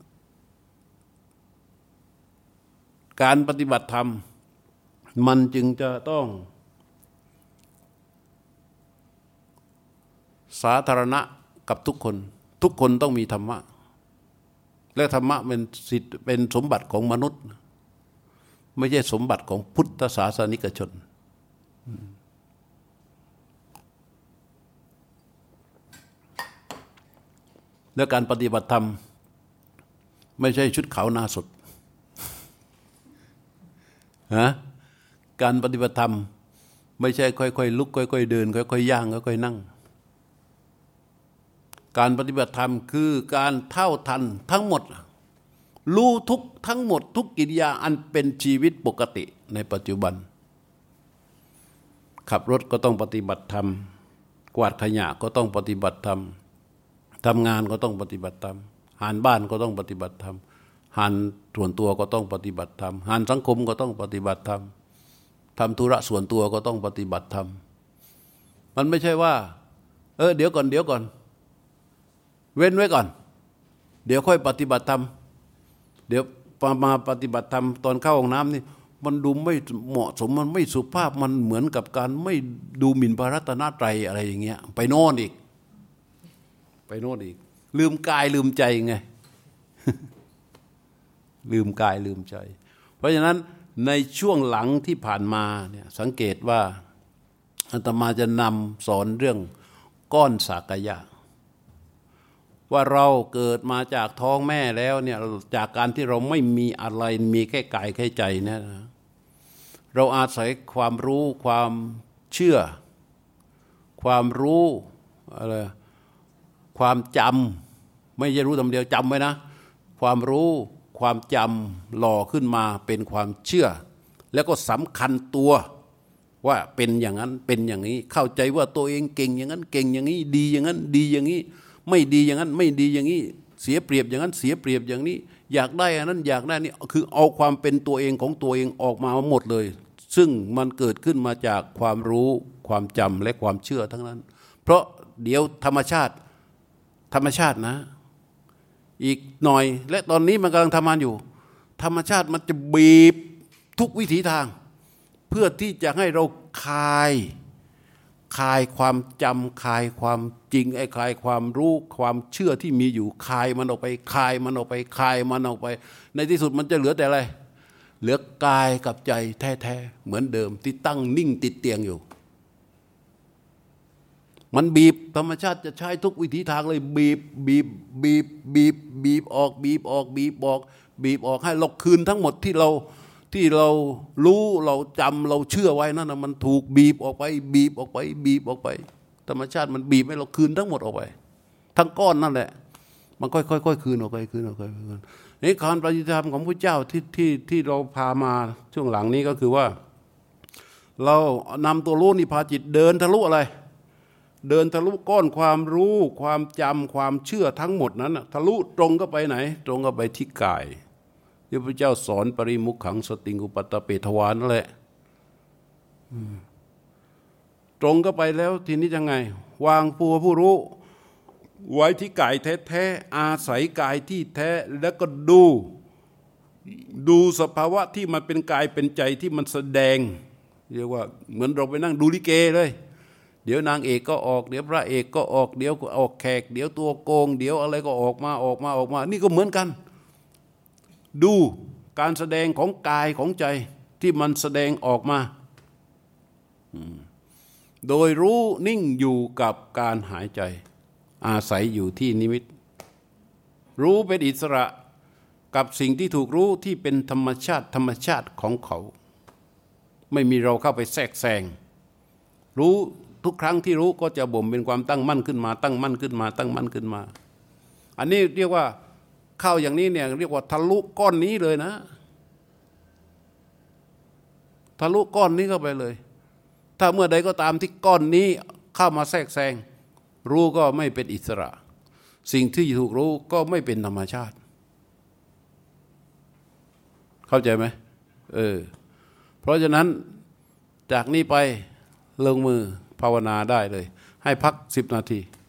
การปฏิบัติธรรมมันจึงจะต้องสาธารณะกับทุกคนต้องมีธรรมะและธรรมะเป็นสิทธิ์เป็นสมบัติของมนุษย์ไม่ใช่สมบัติของพุทธศาสนิกชนและการปฏิบัติธรรมไม่ใช่ชุดขาวหน้าสดการปฏิบัติธรรมไม่ใช่ค่อยๆลุกค่อยๆเดินค่อยๆย่างค่อยๆนั่งการปฏิบัติธรรมคือการเท่าทันทั้งหมดรู้ทุกทั้งหมดทุกกิริยาอันเป็นชีวิตปกติในปัจจุบันขับรถก็ต้องปฏิบัติธรรมกวาดขยะก็ต้องปฏิบัติธรรมทำงานก็ต้องปฏิบัติธรรมหารบ้านก็ต้องปฏิบัติธรรมหารส่วนตัวก็ต้องปฏิบัติธรรมหารสังคมก็ต้องปฏิบัติธรรมทำธุระส่วนตัวก็ต้องปฏิบัติธรรมมันไม่ใช่ว่าเดี๋ยวก่อนเว้นไว้ก่อนเดี๋ยวค่อยปฏิบัติธรรมเดี๋ยวมาปฏิบัติธรรมตอนเข้าห้องน้ำนี่มันดูไม่เหมาะสมมันไม่สุภาพมันเหมือนกับการไม่ดูหมิ่นพระรัตนตรัยอะไรอย่างเงี้ยไปโน่นอีกลืมกายลืมใจไง ลืมกายลืมใจเพราะฉะนั้นในช่วงหลังที่ผ่านมาเนี่ยสังเกตว่าอาตมาจะนำสอนเรื่องก้อนสากยะว่าเราเกิดมาจากท้องแม่แล้วเนี่ยจากการที่เราไม่มีอะไรมีแค่กายแค่ใจเนี่ยนะเราอาศัยความรู้ความเชื่อความรู้อะไรความจำไม่ใช่รู้ทำเดียวจำไว้นะความรู้ความจำหล่อขึ้นมาเป็นความเชื่อแล้วก็สำคัญตัวว่าเป็นอย่างนั้นเป็นอย่างนี้เข้าใจว่าตัวเองเก่งอย่างนั้นเก่งอย่างนี้ดีอย่างนั้นดีอย่างนี้ไม่ดีอย่างนั้นไม่ดีอย่างนี้เสียเปรียบอย่างนั้นเสียเปรียบอย่างนี้อยากได้อันนั้นอยากได้นี่คือเอาความเป็นตัวเองของตัวเองออกมาหมดเลยซึ่งมันเกิดขึ้นมาจากความรู้ความจำและความเชื่อทั้งนั้นเพราะเดี๋ยวธรรมชาตินะอีกหน่อยและตอนนี้มันกำลังทำงานอยู่ธรรมชาติมันจะบีบทุกวิถีทางเพื่อที่จะให้เราคายความจำคายความจริงคายความรู้ความเชื่อที่มีอยู่คายมันออกไปคายมันออกไปคายมันออกไปในที่สุดมันจะเหลือแต่อะไรเหลือกายกับใจแท้ๆเหมือนเดิมที่ตั้งนิ่งติดเตียงอยู่มันบีบธรรมชาติจะใช้ทุกวิถีทางเลยบีบออกบีบออกให้เราคืนทั้งหมดที่เรารู้เราจำเราเชื่อไว้นั่นนะมันถูกบีบออกไปธรรมชาติมันบีบให้เราคืนทั้งหมดออกไปทั้งก้อนนั่นแหละมันค่อยๆคืนออกไปนี่การปฏิธรรมของพระเจ้าที่เราพามาช่วงหลังนี้ก็คือว่าเรานำตัวรู้นี่พาจิตเดินทะลุอะไรเดินทะลุก้อนความรู้ความจำความเชื่อทั้งหมดนั้นทะลุตรงก็ไปไหนตรงก็ไปที่กายที่พระเจ้าสอนปริมุขขังสติงอุปัตตเปทวานั่นแหละตรงก็ไปแล้วทีนี้ยังไงวางผู้รู้ไว้ที่กายแท้ๆอาศัยกายที่แท้แล้วก็ดูสภาวะที่มันเป็นกายเป็นใจที่มันแสดงเรียกว่าเหมือนเราไปนั่งดูลิเกเลยเดี๋ยวนางเอกก็ออกเดี๋ยวพระเอกก็ออกเดี๋ยวก็ออกแขกเดี๋ยวตัวโกงเดี๋ยวอะไรก็ออกมานี่ก็เหมือนกันดูการแสดงของกายของใจที่มันแสดงออกมาโดยรู้นิ่งอยู่กับการหายใจอาศัยอยู่ที่นิมิตรู้เป็นอิสระกับสิ่งที่ถูกรู้ที่เป็นธรรมชาติของเขาไม่มีเราเข้าไปแทรกแซงรู้ทุกครั้งที่รู้ก็จะบ่มเป็นความตั้งมั่นขึ้นมาอันนี้เรียกว่าเข้าอย่างนี้เนี่ยเรียกว่าทะลุก้อนนี้เลยนะทะลุก้อนนี้เข้าไปเลยถ้าเมื่อใดก็ตามที่ก้อนนี้เข้ามาแทรกแซงรู้ก็ไม่เป็นอิสระสิ่งที่ถูกรู้ก็ไม่เป็นธรรมชาติเข้าใจไหมเพราะฉะนั้นจากนี้ไปลงมือภาวนาได้เลยให้พัก10 นาที